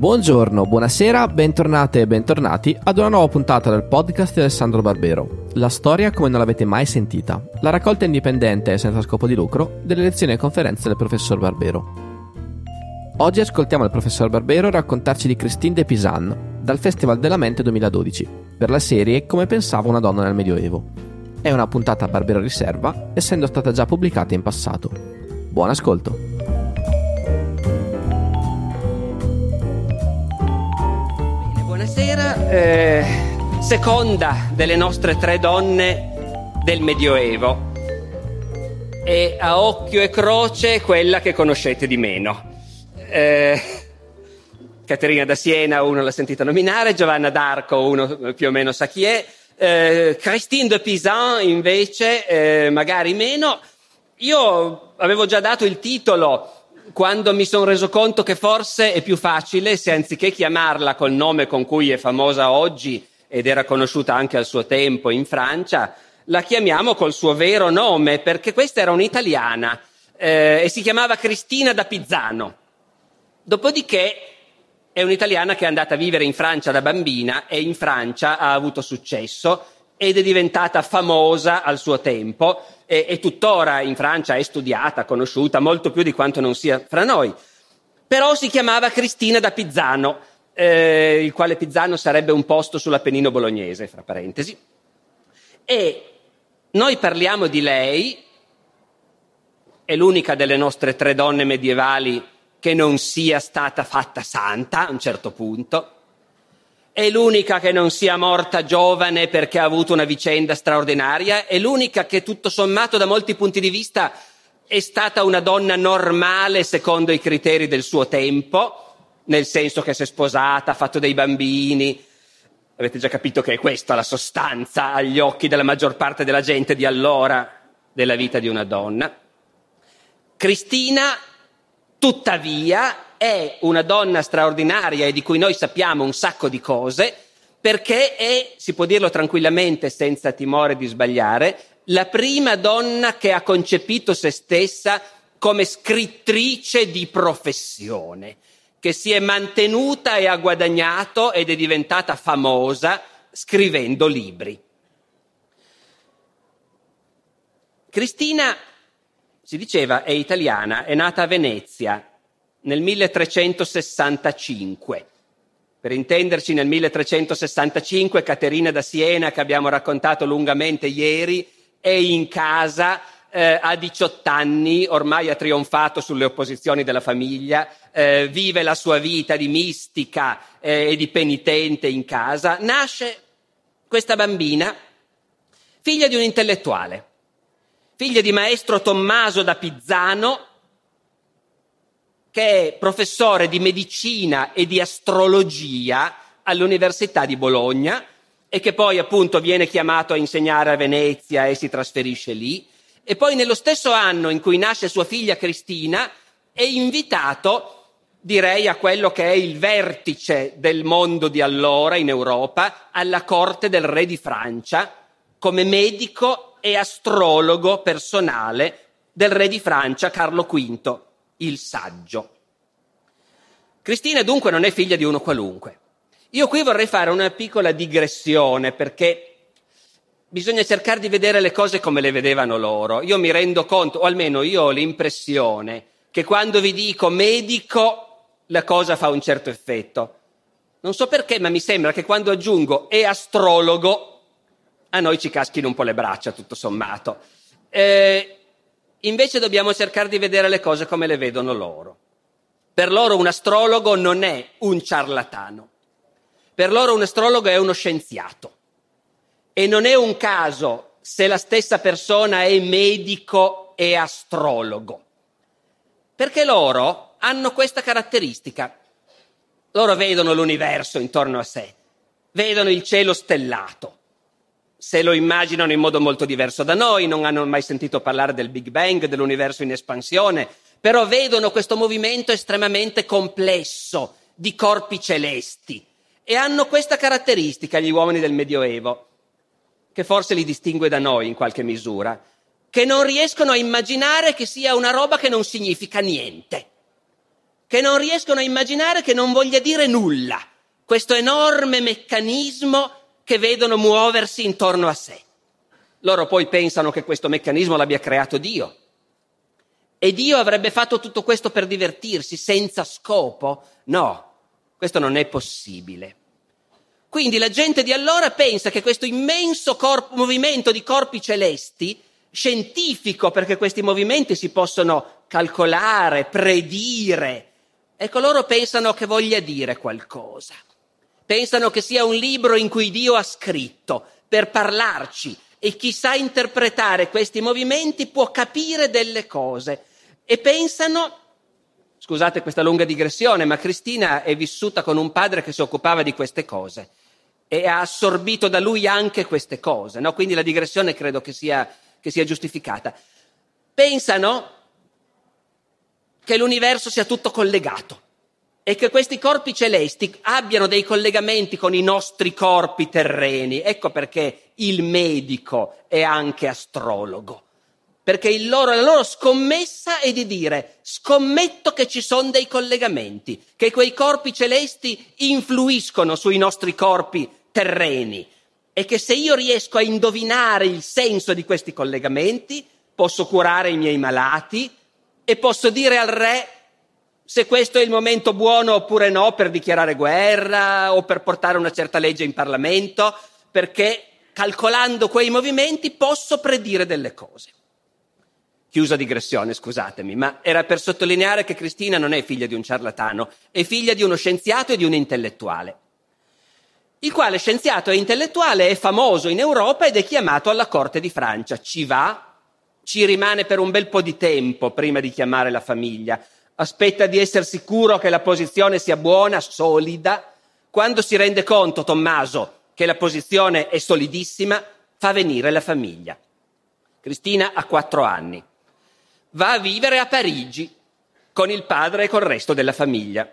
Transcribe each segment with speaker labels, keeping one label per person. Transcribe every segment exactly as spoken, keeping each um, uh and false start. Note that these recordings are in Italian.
Speaker 1: Buongiorno, buonasera, bentornate e bentornati ad una nuova puntata del podcast di Alessandro Barbero. La storia come non l'avete mai sentita. La raccolta indipendente e senza scopo di lucro delle lezioni e conferenze del professor Barbero. Oggi ascoltiamo il professor Barbero raccontarci di Christine de Pizan, dal Festival della Mente duemiladodici, per la serie Come pensava una donna nel Medioevo. È una puntata Barbero riserva, essendo stata già pubblicata in passato. Buon ascolto!
Speaker 2: Buonasera, eh, seconda delle nostre tre donne del Medioevo e a occhio e croce quella che conoscete di meno. Eh, Caterina da Siena, uno l'ha sentita nominare, Giovanna d'Arco, uno più o meno sa chi è, eh, Christine de Pizan invece, eh, magari meno. Io avevo già dato il titolo quando mi sono reso conto che forse è più facile se anziché chiamarla col nome con cui è famosa oggi ed era conosciuta anche al suo tempo in Francia, la chiamiamo col suo vero nome, perché questa era un'italiana eh, e si chiamava Cristina da Pizzano. Dopodiché è un'italiana che è andata a vivere in Francia da bambina e in Francia ha avuto successo ed è diventata famosa al suo tempo e, e tuttora in Francia è studiata, conosciuta, molto più di quanto non sia fra noi. Però si chiamava Cristina da Pizzano, eh, il quale Pizzano sarebbe un posto sull'Appennino bolognese, fra parentesi. E noi parliamo di lei, è l'unica delle nostre tre donne medievali che non sia stata fatta santa a un certo punto. È l'unica che non sia morta giovane perché ha avuto una vicenda straordinaria, è l'unica che tutto sommato da molti punti di vista è stata una donna normale secondo i criteri del suo tempo, nel senso che si è sposata, ha fatto dei bambini. Avete già capito che è questa la sostanza agli occhi della maggior parte della gente di allora della vita di una donna. Cristina, tuttavia, è una donna straordinaria e di cui noi sappiamo un sacco di cose, perché è, si può dirlo tranquillamente senza timore di sbagliare, la prima donna che ha concepito se stessa come scrittrice di professione, che si è mantenuta e ha guadagnato ed è diventata famosa scrivendo libri. Cristina, si diceva, è italiana, è nata a Venezia nel milletrecentosessantacinque. Per intenderci, nel milletrecentosessantacinque Caterina da Siena, che abbiamo raccontato lungamente ieri, è in casa, eh, a diciotto anni, ormai ha trionfato sulle opposizioni della famiglia, eh, vive la sua vita di mistica eh, e di penitente in casa. Nasce questa bambina, figlia di un intellettuale, figlia di maestro Tommaso da Pizzano, che è professore di medicina e di astrologia all'Università di Bologna e che poi appunto viene chiamato a insegnare a Venezia e si trasferisce lì. E poi nello stesso anno in cui nasce sua figlia Cristina è invitato, direi, a quello che è il vertice del mondo di allora in Europa, alla corte del re di Francia, come medico e astrologo personale del re di Francia Carlo V, il saggio. Cristina dunque non è figlia di uno qualunque. Io qui vorrei fare una piccola digressione, perché bisogna cercare di vedere le cose come le vedevano loro. Io mi rendo conto, o almeno io ho l'impressione, che quando vi dico medico la cosa fa un certo effetto. Non so perché, ma mi sembra che quando aggiungo e astrologo a noi ci caschino un po' le braccia, tutto sommato. Eh, Invece dobbiamo cercare di vedere le cose come le vedono loro. Per loro un astrologo non è un ciarlatano. Per loro un astrologo è uno scienziato. E non è un caso se la stessa persona è medico e astrologo. Perché loro hanno questa caratteristica. Loro vedono l'universo intorno a sé, vedono il cielo stellato. Se lo immaginano in modo molto diverso da noi, non hanno mai sentito parlare del Big Bang, dell'universo in espansione, però vedono questo movimento estremamente complesso di corpi celesti e hanno questa caratteristica gli uomini del Medioevo, che forse li distingue da noi in qualche misura, che non riescono a immaginare che sia una roba che non significa niente, che non riescono a immaginare che non voglia dire nulla, questo enorme meccanismo che vedono muoversi intorno a sé. Loro poi pensano che questo meccanismo l'abbia creato Dio. E Dio avrebbe fatto tutto questo per divertirsi, senza scopo? No, questo non è possibile. Quindi la gente di allora pensa che questo immenso corpo, movimento di corpi celesti, scientifico, perché questi movimenti si possono calcolare, predire, ecco, loro pensano che voglia dire qualcosa. Pensano che sia un libro in cui Dio ha scritto per parlarci, e chi sa interpretare questi movimenti può capire delle cose. E pensano, scusate questa lunga digressione, ma Cristina è vissuta con un padre che si occupava di queste cose e ha assorbito da lui anche queste cose, no? Quindi la digressione credo che sia, che sia giustificata. Pensano che l'universo sia tutto collegato e che questi corpi celesti abbiano dei collegamenti con i nostri corpi terreni. Ecco perché il medico è anche astrologo. Perché il loro, la loro scommessa è di dire: scommetto che ci sono dei collegamenti, che quei corpi celesti influiscono sui nostri corpi terreni e che se io riesco a indovinare il senso di questi collegamenti posso curare i miei malati e posso dire al re se questo è il momento buono oppure no per dichiarare guerra o per portare una certa legge in Parlamento, perché calcolando quei movimenti posso predire delle cose. Chiusa digressione, scusatemi, ma era per sottolineare che Cristina non è figlia di un ciarlatano, è figlia di uno scienziato e di un intellettuale, il quale scienziato e intellettuale è famoso in Europa ed è chiamato alla corte di Francia. Ci va, ci rimane per un bel po' di tempo prima di chiamare la famiglia, aspetta di essere sicuro che la posizione sia buona, solida. Quando si rende conto, Tommaso, che la posizione è solidissima, fa venire la famiglia. Cristina ha quattro anni. Va a vivere a Parigi con il padre e col resto della famiglia.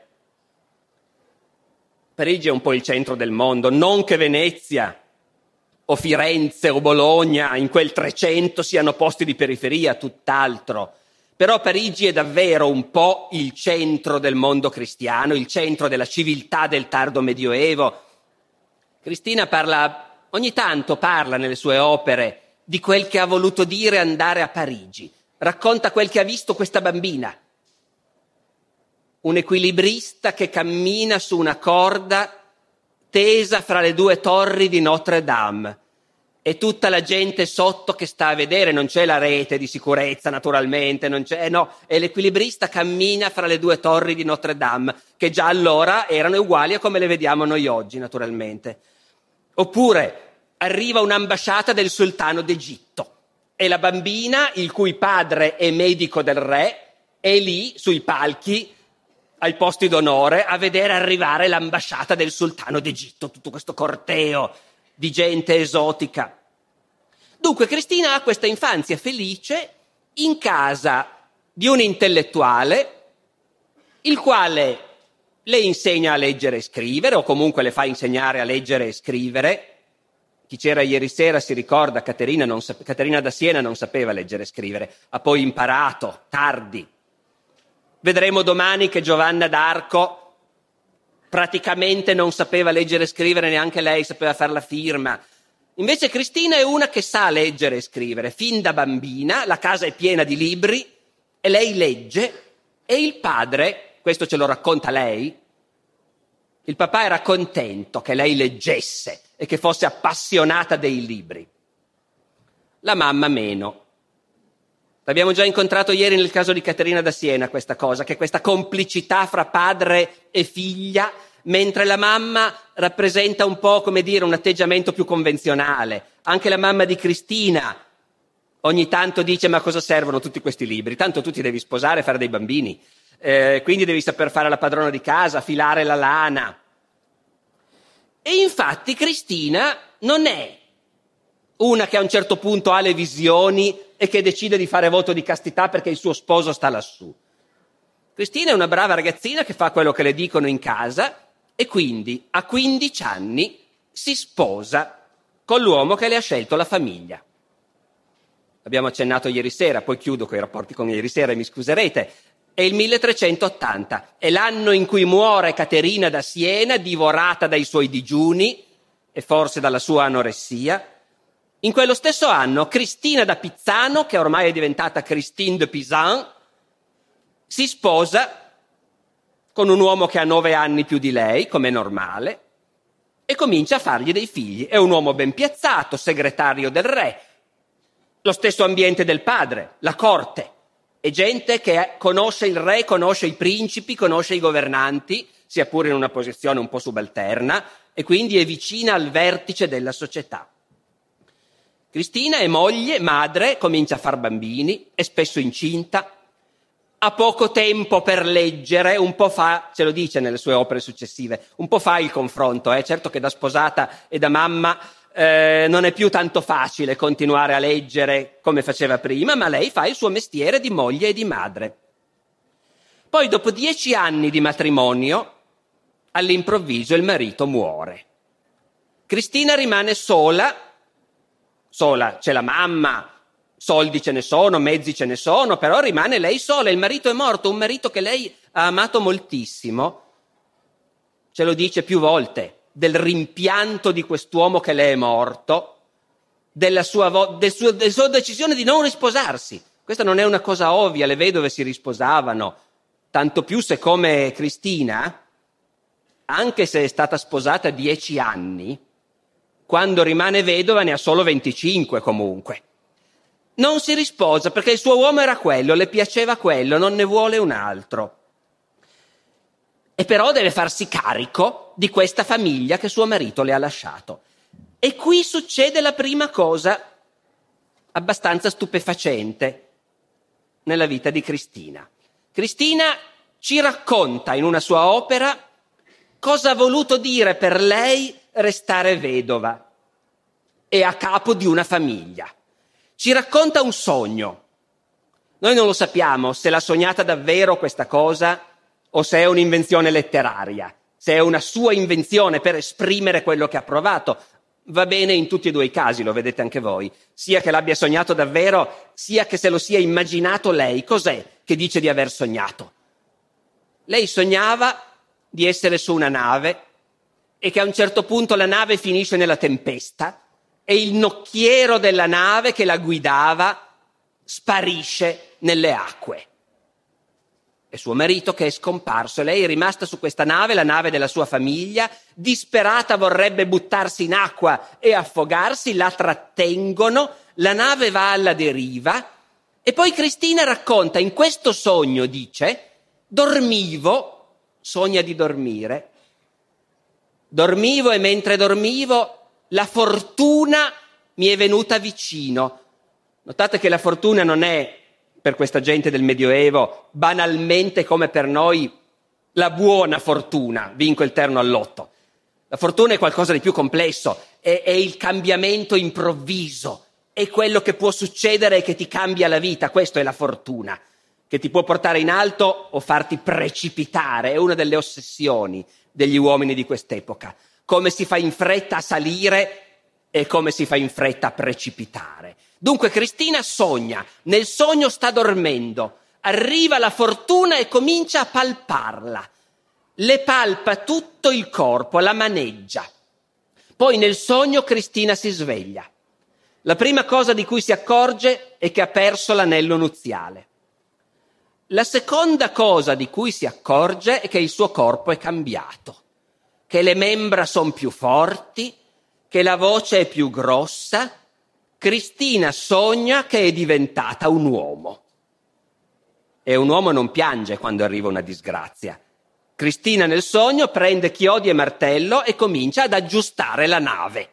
Speaker 2: Parigi è un po' il centro del mondo, non che Venezia o Firenze o Bologna in quel trecento siano posti di periferia, tutt'altro. Però Parigi è davvero un po' il centro del mondo cristiano, il centro della civiltà del tardo medioevo. Cristina parla, ogni tanto parla nelle sue opere di quel che ha voluto dire andare a Parigi. Racconta quel che ha visto questa bambina, un equilibrista che cammina su una corda tesa fra le due torri di Notre Dame e tutta la gente sotto che sta a vedere, non c'è la rete di sicurezza naturalmente, non c'è, no, e l'equilibrista cammina fra le due torri di Notre Dame, che già allora erano uguali a come le vediamo noi oggi naturalmente. Oppure arriva un'ambasciata del sultano d'Egitto e la bambina, il cui padre è medico del re, è lì sui palchi, ai posti d'onore, a vedere arrivare l'ambasciata del sultano d'Egitto, tutto questo corteo di gente esotica. Dunque Cristina ha questa infanzia felice in casa di un intellettuale, il quale le insegna a leggere e scrivere, o comunque le fa insegnare a leggere e scrivere. Chi c'era ieri sera si ricorda, Caterina, non sap- Caterina da Siena non sapeva leggere e scrivere, ha poi imparato, tardi. Vedremo domani che Giovanna d'Arco praticamente non sapeva leggere e scrivere, neanche lei sapeva fare la firma. Invece Cristina è una che sa leggere e scrivere, fin da bambina, la casa è piena di libri e lei legge e il padre, questo ce lo racconta lei, il papà era contento che lei leggesse e che fosse appassionata dei libri. La mamma meno. L'abbiamo già incontrato ieri nel caso di Caterina da Siena questa cosa, che questa complicità fra padre e figlia, mentre la mamma rappresenta un po', come dire, un atteggiamento più convenzionale. Anche la mamma di Cristina ogni tanto dice: ma cosa servono tutti questi libri? Tanto tu ti devi sposare e fare dei bambini, eh, quindi devi saper fare la padrona di casa, filare la lana. E infatti Cristina non è una che a un certo punto ha le visioni e che decide di fare voto di castità perché il suo sposo sta lassù. Cristina è una brava ragazzina che fa quello che le dicono in casa e quindi a quindici anni si sposa con l'uomo che le ha scelto la famiglia. Abbiamo accennato ieri sera, poi chiudo con i rapporti con ieri sera e mi scuserete. È il milletrecentottanta, è l'anno in cui muore Caterina da Siena, divorata dai suoi digiuni e forse dalla sua anoressia. In quello stesso anno Cristina da Pizzano, che ormai è diventata Christine de Pisan, si sposa con un uomo che ha nove anni più di lei, come è normale, e comincia a fargli dei figli. È un uomo ben piazzato, segretario del re, lo stesso ambiente del padre, la corte. È gente che conosce il re, conosce i principi, conosce i governanti, sia pure in una posizione un po' subalterna, e quindi è vicina al vertice della società. Cristina è moglie, madre, comincia a far bambini, è spesso incinta, ha poco tempo per leggere, un po' fa, ce lo dice nelle sue opere successive, un po' fa il confronto, eh? Certo che da sposata e da mamma eh, non è più tanto facile continuare a leggere come faceva prima, ma lei fa il suo mestiere di moglie e di madre. Poi dopo dieci anni di matrimonio, all'improvviso il marito muore. Cristina rimane sola, sola, c'è la mamma, soldi ce ne sono, mezzi ce ne sono, però rimane lei sola, il marito è morto, un marito che lei ha amato moltissimo, ce lo dice più volte, del rimpianto di quest'uomo che le è morto, della sua, vo- del suo, della sua decisione di non risposarsi. Questa non è una cosa ovvia, le vedove si risposavano, tanto più se come Cristina, anche se è stata sposata dieci anni, quando rimane vedova ne ha solo venticinque comunque. Non si risposa perché il suo uomo era quello, le piaceva quello, non ne vuole un altro. E però deve farsi carico di questa famiglia che suo marito le ha lasciato. E qui succede la prima cosa abbastanza stupefacente nella vita di Cristina. Cristina ci racconta in una sua opera cosa ha voluto dire per lei restare vedova e a capo di una famiglia. Ci racconta un sogno. Noi non lo sappiamo se l'ha sognata davvero questa cosa o se è un'invenzione letteraria, se è una sua invenzione per esprimere quello che ha provato. Va bene in tutti e due i casi, lo vedete anche voi, sia che l'abbia sognato davvero, sia che se lo sia immaginato lei. Cos'è che dice di aver sognato? Lei sognava di essere su una nave e che a un certo punto la nave finisce nella tempesta e il nocchiero della nave che la guidava sparisce nelle acque. È suo marito che è scomparso, lei è rimasta su questa nave, la nave della sua famiglia, disperata vorrebbe buttarsi in acqua e affogarsi, la trattengono, la nave va alla deriva e poi Cristina racconta, in questo sogno dice, dormivo, sogna di dormire, dormivo e mentre dormivo la fortuna mi è venuta vicino. Notate che la fortuna non è, per questa gente del Medioevo, banalmente come per noi la buona fortuna, vinco il terno al lotto. La fortuna è qualcosa di più complesso, è, è il cambiamento improvviso, è quello che può succedere e che ti cambia la vita, questo è la fortuna, che ti può portare in alto o farti precipitare, è una delle ossessioni degli uomini di quest'epoca. Come si fa in fretta a salire e come si fa in fretta a precipitare. Dunque Cristina sogna, nel sogno sta dormendo, arriva la fortuna e comincia a palparla, le palpa tutto il corpo, la maneggia. Poi nel sogno Cristina si sveglia. La prima cosa di cui si accorge è che ha perso l'anello nuziale. La seconda cosa di cui si accorge è che il suo corpo è cambiato, che le membra sono più forti, che la voce è più grossa. Cristina sogna che è diventata un uomo. E un uomo non piange quando arriva una disgrazia. Cristina nel sogno prende chiodi e martello e comincia ad aggiustare la nave.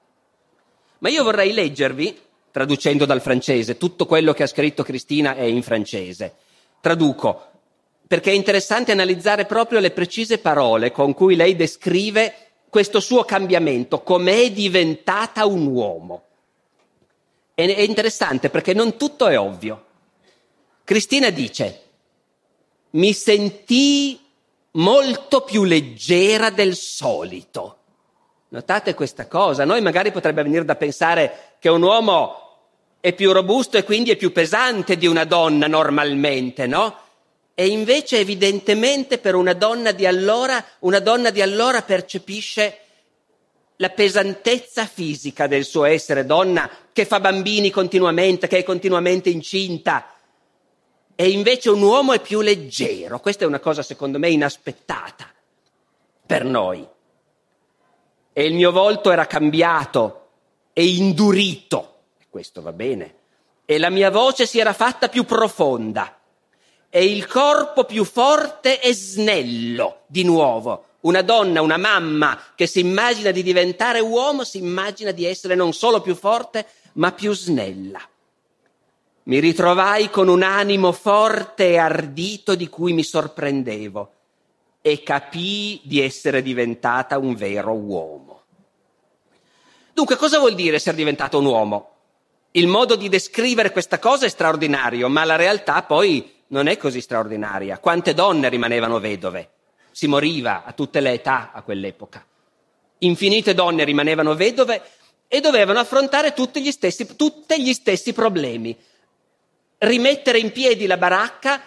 Speaker 2: Ma io vorrei leggervi, traducendo dal francese, tutto quello che ha scritto Cristina è in francese. Traduco, perché è interessante analizzare proprio le precise parole con cui lei descrive questo suo cambiamento, com'è diventata un uomo. È interessante perché non tutto è ovvio. Cristina dice, mi sentii molto più leggera del solito. Notate questa cosa? A noi magari potrebbe venire da pensare che un uomo è più robusto e quindi è più pesante di una donna normalmente, no? E invece evidentemente per una donna di allora, una donna di allora percepisce la pesantezza fisica del suo essere donna, che fa bambini continuamente, che è continuamente incinta. E invece un uomo è più leggero. Questa è una cosa secondo me inaspettata per noi. E il mio volto era cambiato e indurito, questo va bene, e la mia voce si era fatta più profonda e il corpo più forte e snello di nuovo. Una donna, una mamma che si immagina di diventare uomo, si immagina di essere non solo più forte, ma più snella. Mi ritrovai con un animo forte e ardito di cui mi sorprendevo e capii di essere diventata un vero uomo. Dunque, cosa vuol dire essere diventato un uomo? Il modo di descrivere questa cosa è straordinario, ma la realtà poi non è così straordinaria. Quante donne rimanevano vedove? Si moriva a tutte le età a quell'epoca. Infinite donne rimanevano vedove e dovevano affrontare tutti gli stessi, tutti gli stessi problemi. Rimettere in piedi la baracca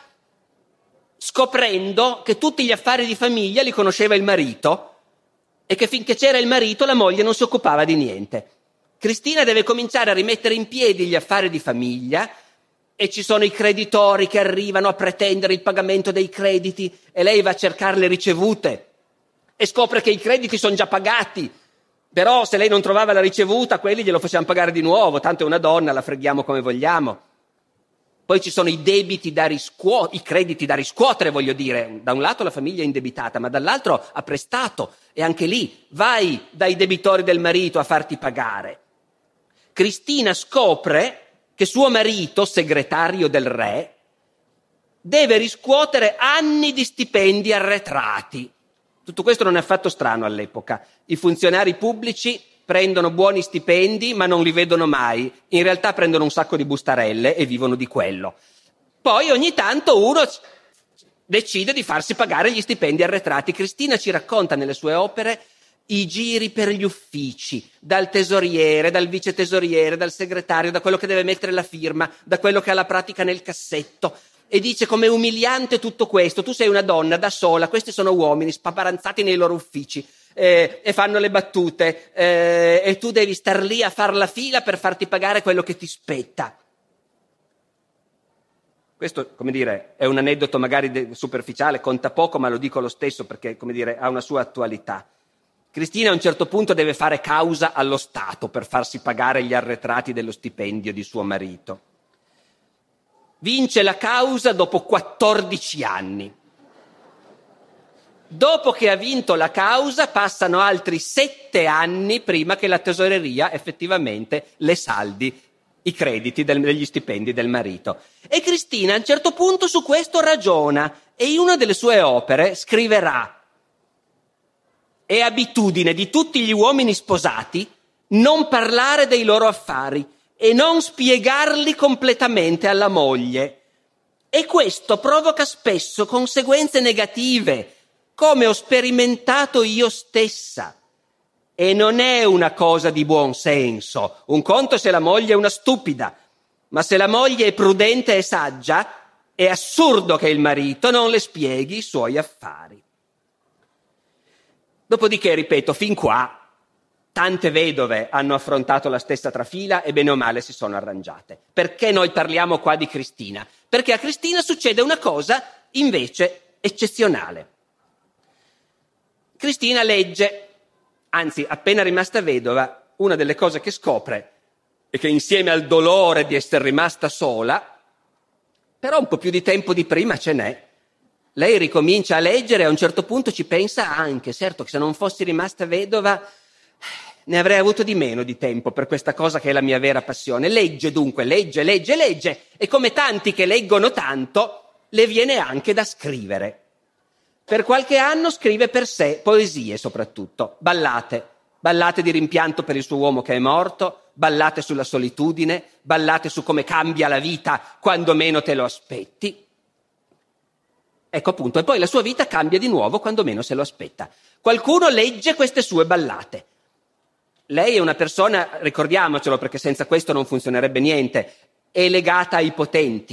Speaker 2: scoprendo che tutti gli affari di famiglia li conosceva il marito e che finché c'era il marito la moglie non si occupava di niente. Cristina deve cominciare a rimettere in piedi gli affari di famiglia e ci sono i creditori che arrivano a pretendere il pagamento dei crediti e lei va a cercare le ricevute e scopre che i crediti sono già pagati, però se lei non trovava la ricevuta quelli glielo facciamo pagare di nuovo, tanto è una donna, la freghiamo come vogliamo. Poi ci sono i debiti da riscuotere, i crediti da riscuotere, voglio dire. Da un lato la famiglia è indebitata, ma dall'altro ha prestato e anche lì vai dai debitori del marito a farti pagare. Cristina scopre che suo marito, segretario del re, deve riscuotere anni di stipendi arretrati. Tutto questo non è affatto strano all'epoca. I funzionari pubblici prendono buoni stipendi ma non li vedono mai. In realtà prendono un sacco di bustarelle e vivono di quello. Poi ogni tanto uno decide di farsi pagare gli stipendi arretrati. Cristina ci racconta nelle sue opere i giri per gli uffici, dal tesoriere, dal vice tesoriere, dal segretario, da quello che deve mettere la firma, da quello che ha la pratica nel cassetto. E dice com'è umiliante tutto questo. Tu sei una donna da sola, questi sono uomini spaparanzati nei loro uffici. Eh, e fanno le battute eh, e tu devi star lì a far la fila per farti pagare quello che ti spetta. Questo, come dire, è un aneddoto magari de- superficiale, conta poco, ma lo dico lo stesso perché, come dire, ha una sua attualità. Cristina a un certo punto deve fare causa allo Stato per farsi pagare gli arretrati dello stipendio di suo marito. Vince la causa dopo quattordici anni. Dopo che ha vinto la causa passano altri sette anni prima che la tesoreria effettivamente le saldi i crediti del, degli stipendi del marito. E Cristina a un certo punto su questo ragiona e in una delle sue opere scriverà: è abitudine di tutti gli uomini sposati non parlare dei loro affari e non spiegarli completamente alla moglie. E questo provoca spesso conseguenze negative, come ho sperimentato io stessa. E non è una cosa di buon senso. Un conto se la moglie è una stupida, ma se la moglie è prudente e saggia, è assurdo che il marito non le spieghi i suoi affari. Dopodiché, ripeto, fin qua tante vedove hanno affrontato la stessa trafila e bene o male si sono arrangiate. Perché noi parliamo qua di Cristina? Perché a Cristina succede una cosa invece eccezionale. Cristina legge, anzi appena rimasta vedova, una delle cose che scopre è che insieme al dolore di essere rimasta sola, però un po' più di tempo di prima ce n'è. Lei ricomincia a leggere e a un certo punto ci pensa anche, certo che se non fossi rimasta vedova ne avrei avuto di meno di tempo per questa cosa che è la mia vera passione. Legge dunque, legge, legge, legge e come tanti che leggono tanto le viene anche da scrivere. Per qualche anno scrive per sé poesie soprattutto, ballate, ballate di rimpianto per il suo uomo che è morto, ballate sulla solitudine, ballate su come cambia la vita quando meno te lo aspetti. Ecco appunto, e poi la sua vita cambia di nuovo quando meno se lo aspetta. Qualcuno legge queste sue ballate. Lei è una persona, ricordiamocelo perché senza questo non funzionerebbe niente, è legata ai potenti.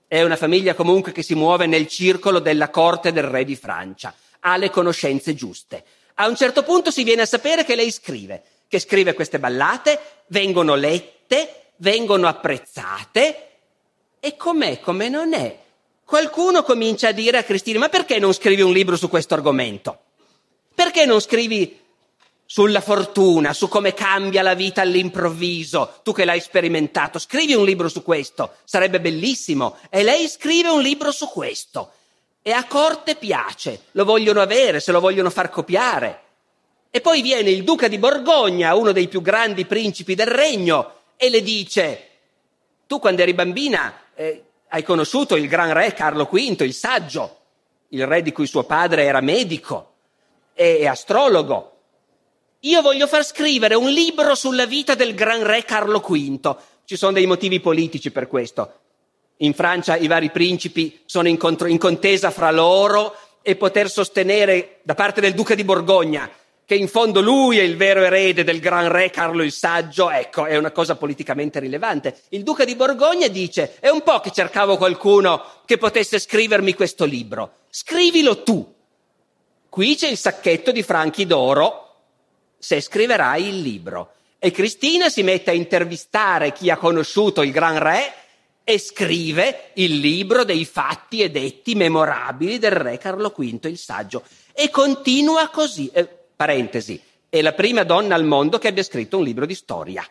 Speaker 2: È una famiglia comunque che si muove nel circolo della corte del re di Francia, ha le conoscenze giuste. A un certo punto si viene a sapere che lei scrive, che scrive queste ballate, vengono lette, vengono apprezzate, e com'è, come non è? Qualcuno comincia a dire a Cristina: ma perché non scrivi un libro su questo argomento? Perché non scrivi sulla fortuna, su come cambia la vita all'improvviso, tu che l'hai sperimentato? Scrivi un libro su questo, sarebbe bellissimo. E lei scrive un libro su questo. E a corte piace, lo vogliono avere, se lo vogliono far copiare. E poi viene il duca di Borgogna, uno dei più grandi principi del regno, e le dice: tu quando eri bambina eh, hai conosciuto il gran re Carlo quinto, il saggio, il re di cui suo padre era medico e, e astrologo. Io voglio far scrivere un libro sulla vita del gran re Carlo quinto. Ci sono dei motivi politici per questo. In Francia i vari principi sono in, contro, in contesa fra loro, e poter sostenere da parte del duca di Borgogna che in fondo lui è il vero erede del gran re Carlo il Saggio, ecco, è una cosa politicamente rilevante. Il duca di Borgogna dice: è un po' che cercavo qualcuno che potesse scrivermi questo libro, scrivilo tu. Qui c'è il sacchetto di franchi d'oro se scriverai il libro. E Cristina si mette a intervistare chi ha conosciuto il gran re e scrive il libro dei fatti e detti memorabili del re Carlo quinto il Saggio, e continua così. Eh, parentesi, è la prima donna al mondo che abbia scritto un libro di storia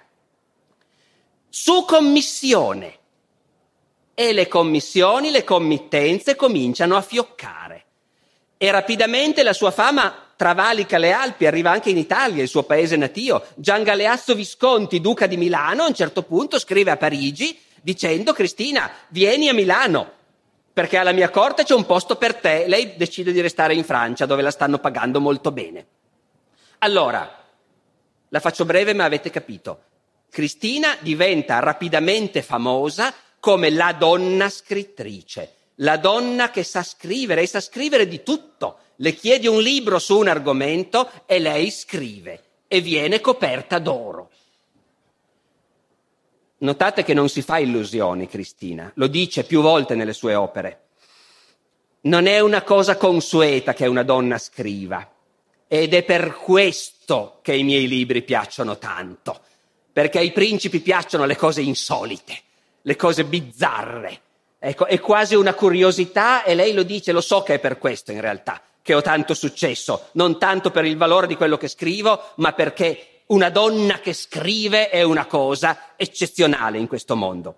Speaker 2: su commissione, e le commissioni, le committenze cominciano a fioccare, e rapidamente la sua fama travalica le Alpi, arriva anche in Italia, il suo paese natio. Gian Galeazzo Visconti, duca di Milano, a un certo punto scrive a Parigi dicendo: Cristina, vieni a Milano, perché alla mia corte c'è un posto per te. Lei decide di restare in Francia, dove la stanno pagando molto bene. Allora, la faccio breve ma avete capito. Cristina diventa rapidamente famosa come la donna scrittrice, la donna che sa scrivere, e sa scrivere di tutto. Le chiedi un libro su un argomento e lei scrive, e viene coperta d'oro. Notate che non si fa illusioni, Cristina, lo dice più volte nelle sue opere. Non è una cosa consueta che una donna scriva, ed è per questo che i miei libri piacciono tanto, perché ai principi piacciono le cose insolite, le cose bizzarre. Ecco, è quasi una curiosità, e lei lo dice: lo so che è per questo in realtà che ho tanto successo, non tanto per il valore di quello che scrivo, ma perché una donna che scrive è una cosa eccezionale in questo mondo.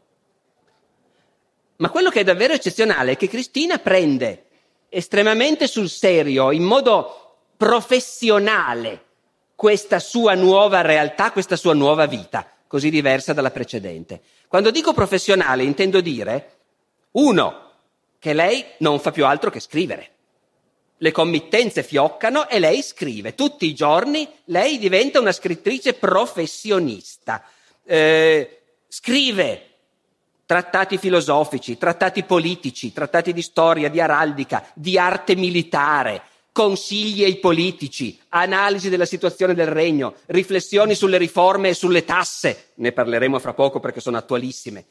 Speaker 2: Ma quello che è davvero eccezionale è che Cristina prende estremamente sul serio, in modo professionale, questa sua nuova realtà, questa sua nuova vita, così diversa dalla precedente. Quando dico professionale intendo dire, uno, che lei non fa più altro che scrivere. Le committenze fioccano e lei scrive. Tutti i giorni lei diventa una scrittrice professionista. Eh, scrive trattati filosofici, trattati politici, trattati di storia, di araldica, di arte militare, consigli ai politici, analisi della situazione del regno, riflessioni sulle riforme e sulle tasse. Ne parleremo fra poco perché sono attualissime.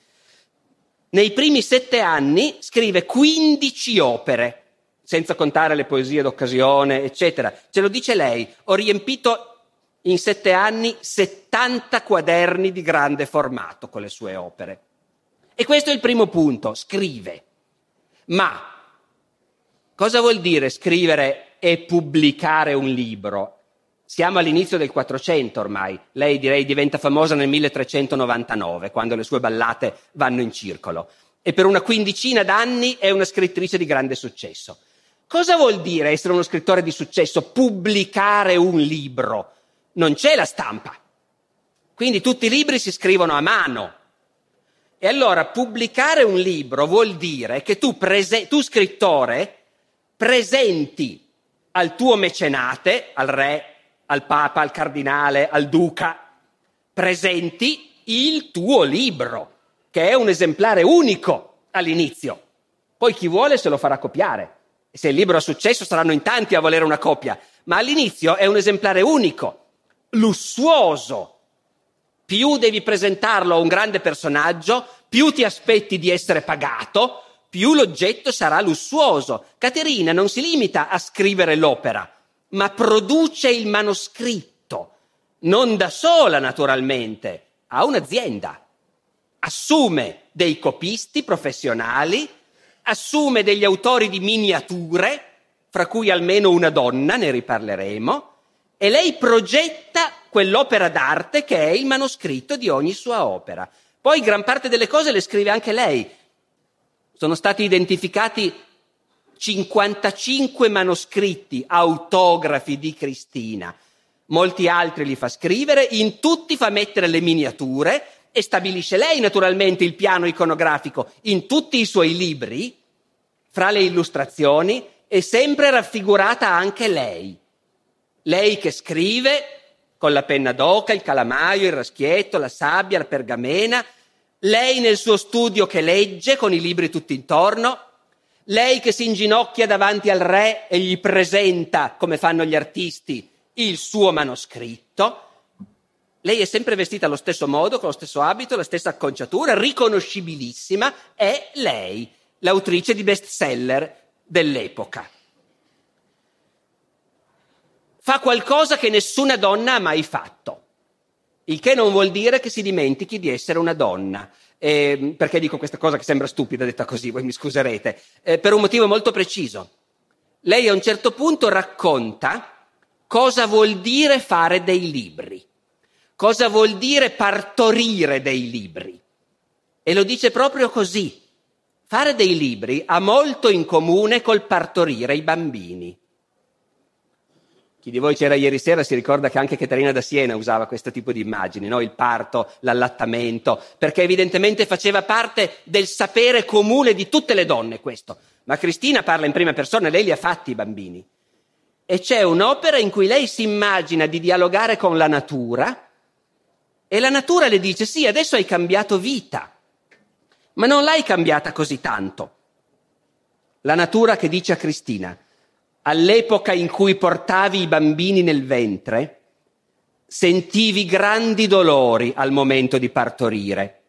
Speaker 2: Nei primi sette anni scrive quindici opere, senza contare le poesie d'occasione, eccetera. Ce lo dice lei: ho riempito in sette anni settanta quaderni di grande formato con le sue opere. E questo è il primo punto, scrive. Ma cosa vuol dire scrivere e pubblicare un libro? Siamo all'inizio del Quattrocento ormai. Lei, direi, diventa famosa nel milletrecentonovantanove, quando le sue ballate vanno in circolo. E per una quindicina d'anni è una scrittrice di grande successo. Cosa vuol dire essere uno scrittore di successo? Pubblicare un libro. Non c'è la stampa. Quindi tutti i libri si scrivono a mano. E allora pubblicare un libro vuol dire che tu, prese- tu scrittore, presenti al tuo mecenate, al re, al papa, al cardinale, al duca, presenti il tuo libro, che è un esemplare unico all'inizio. Poi chi vuole se lo farà copiare. E se il libro ha successo saranno in tanti a volere una copia, ma all'inizio è un esemplare unico, lussuoso. Più devi presentarlo a un grande personaggio, più ti aspetti di essere pagato, più l'oggetto sarà lussuoso. Caterina non si limita a scrivere l'opera, ma produce il manoscritto, non da sola naturalmente, ha un'azienda. Assume dei copisti professionali, assume degli autori di miniature, fra cui almeno una donna, ne riparleremo, e lei progetta quell'opera d'arte che è il manoscritto di ogni sua opera. Poi gran parte delle cose le scrive anche lei. Sono stati identificati cinquantacinque manoscritti autografi di Cristina. Molti altri li fa scrivere, in tutti fa mettere le miniature e stabilisce lei naturalmente il piano iconografico in tutti i suoi libri. Fra le illustrazioni è sempre raffigurata anche lei. Lei che scrive con la penna d'oca, il calamaio, il raschietto, la sabbia, la pergamena, lei nel suo studio che legge con i libri tutti intorno, lei che si inginocchia davanti al re e gli presenta, come fanno gli artisti, il suo manoscritto. Lei è sempre vestita allo stesso modo, con lo stesso abito, la stessa acconciatura, riconoscibilissima, è lei, l'autrice di bestseller dell'epoca. Fa qualcosa che nessuna donna ha mai fatto, il che non vuol dire che si dimentichi di essere una donna. Eh, perché dico questa cosa che sembra stupida detta così, voi mi scuserete, eh, per un motivo molto preciso. Lei a un certo punto racconta cosa vuol dire fare dei libri, cosa vuol dire partorire dei libri, e lo dice proprio così. Fare dei libri ha molto in comune col partorire i bambini. Chi di voi c'era ieri sera si ricorda che anche Caterina da Siena usava questo tipo di immagini, no? Il parto, l'allattamento, perché evidentemente faceva parte del sapere comune di tutte le donne questo. Ma Cristina parla in prima persona, lei li ha fatti i bambini. E c'è un'opera in cui lei si immagina di dialogare con la natura e la natura le dice: sì, adesso hai cambiato vita, ma non l'hai cambiata così tanto. La natura che dice a Cristina: all'epoca in cui portavi i bambini nel ventre, sentivi grandi dolori al momento di partorire.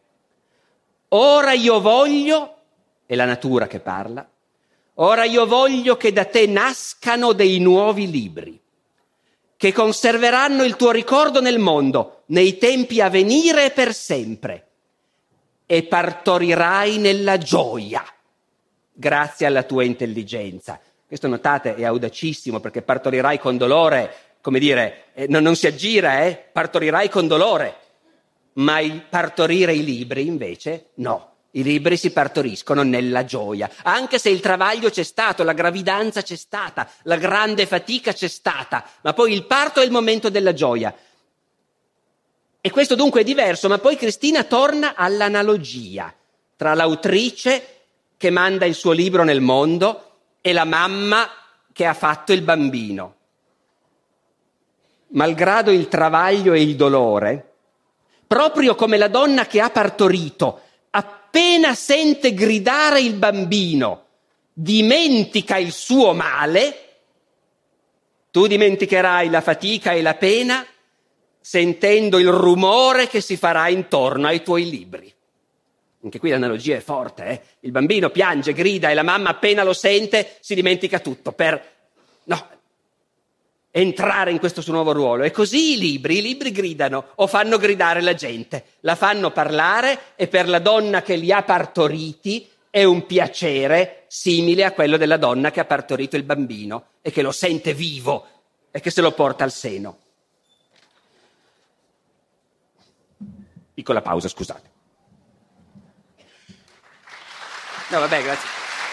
Speaker 2: Ora io voglio, è la natura che parla, ora io voglio che da te nascano dei nuovi libri, che conserveranno il tuo ricordo nel mondo, nei tempi a venire e per sempre, e partorirai nella gioia, grazie alla tua intelligenza. Questo, notate, è audacissimo, perché partorirai con dolore, come dire, eh, non, non si aggira, eh? Partorirai con dolore. Ma il partorire i libri, invece, no. I libri si partoriscono nella gioia. Anche se il travaglio c'è stato, la gravidanza c'è stata, la grande fatica c'è stata, ma poi il parto è il momento della gioia. E questo dunque è diverso, ma poi Cristina torna all'analogia tra l'autrice che manda il suo libro nel mondo e la mamma che ha fatto il bambino. Malgrado il travaglio e il dolore, proprio come la donna che ha partorito, appena sente gridare il bambino, dimentica il suo male, tu dimenticherai la fatica e la pena sentendo il rumore che si farà intorno ai tuoi libri. Anche qui l'analogia è forte, eh? Il bambino piange, grida e la mamma appena lo sente si dimentica tutto per no, entrare in questo suo nuovo ruolo. E così i libri, i libri gridano o fanno gridare la gente, la fanno parlare, e per la donna che li ha partoriti è un piacere simile a quello della donna che ha partorito il bambino e che lo sente vivo e che se lo porta al seno. Piccola pausa, scusate. No, vabbè, grazie.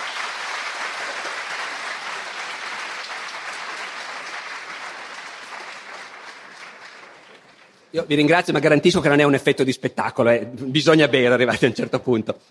Speaker 2: Io vi ringrazio, ma garantisco che non è un effetto di spettacolo, eh. Bisogna bere arrivati a un certo punto.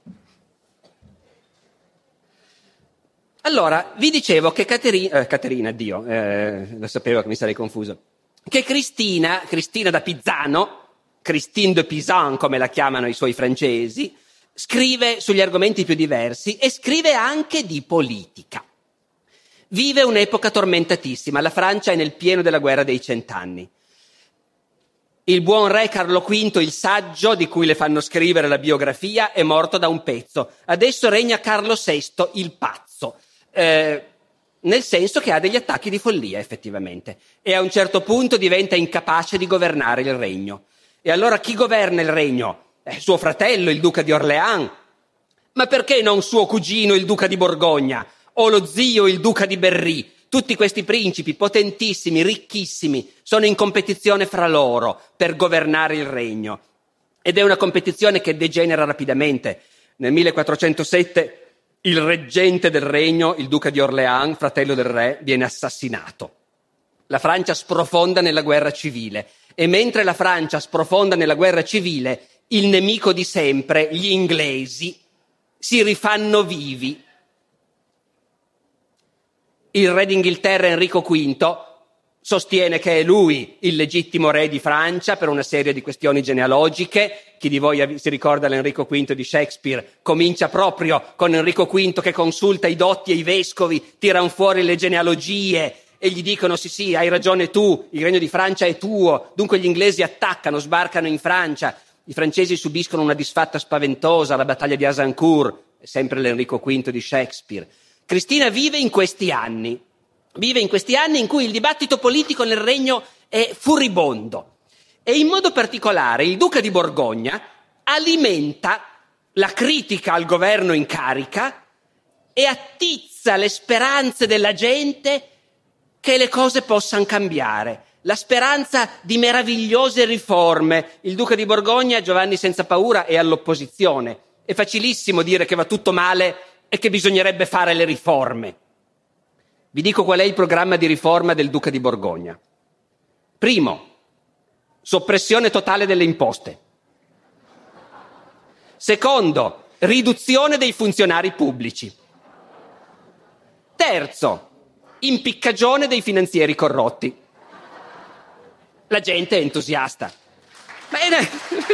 Speaker 2: Allora, vi dicevo che Caterina, eh, Caterina, Dio, eh, lo sapevo che mi sarei confuso, che Cristina, Cristina da Pizzano, Christine de Pizan come la chiamano i suoi francesi, scrive sugli argomenti più diversi e scrive anche di politica. Vive un'epoca tormentatissima, la Francia è nel pieno della guerra dei cent'anni. Il buon re Carlo V, il saggio di cui le fanno scrivere la biografia, è morto da un pezzo. Adesso regna Carlo sesto, il pazzo. Eh, nel senso che ha degli attacchi di follia, effettivamente. E a un certo punto diventa incapace di governare il regno. E allora chi governa il regno? Eh, suo fratello, il duca di Orléans. Ma perché non suo cugino, il duca di Borgogna? O lo zio, il duca di Berry? Tutti questi principi potentissimi, ricchissimi, sono in competizione fra loro per governare il regno. Ed è una competizione che degenera rapidamente. Nel millequattrocentosette il reggente del regno, il duca di Orléans, fratello del re, viene assassinato. La Francia sprofonda nella guerra civile. E mentre la Francia sprofonda nella guerra civile, il nemico di sempre, gli inglesi, si rifanno vivi. Il re d'Inghilterra Enrico V sostiene che è lui il legittimo re di Francia per una serie di questioni genealogiche. Chi di voi si ricorda l'Enrico V di Shakespeare comincia proprio con Enrico V che consulta i dotti e i vescovi, tirano fuori le genealogie e gli dicono sì sì, hai ragione tu, il regno di Francia è tuo. Dunque gli inglesi attaccano, sbarcano in Francia, i francesi subiscono una disfatta spaventosa, la battaglia di Azincourt, è sempre l'Enrico V di Shakespeare. Cristina vive in questi anni, vive in questi anni in cui il dibattito politico nel regno è furibondo e in modo particolare il duca di Borgogna alimenta la critica al governo in carica e attizza le speranze della gente che le cose possano cambiare, la speranza di meravigliose riforme. Il duca di Borgogna, Giovanni Senza Paura, è all'opposizione. È facilissimo dire che va tutto male e che bisognerebbe fare le riforme. Vi dico qual è il programma di riforma del duca di Borgogna. Primo, soppressione totale delle imposte. Secondo, riduzione dei funzionari pubblici. Terzo, impiccagione dei finanzieri corrotti. La gente è entusiasta. Bene.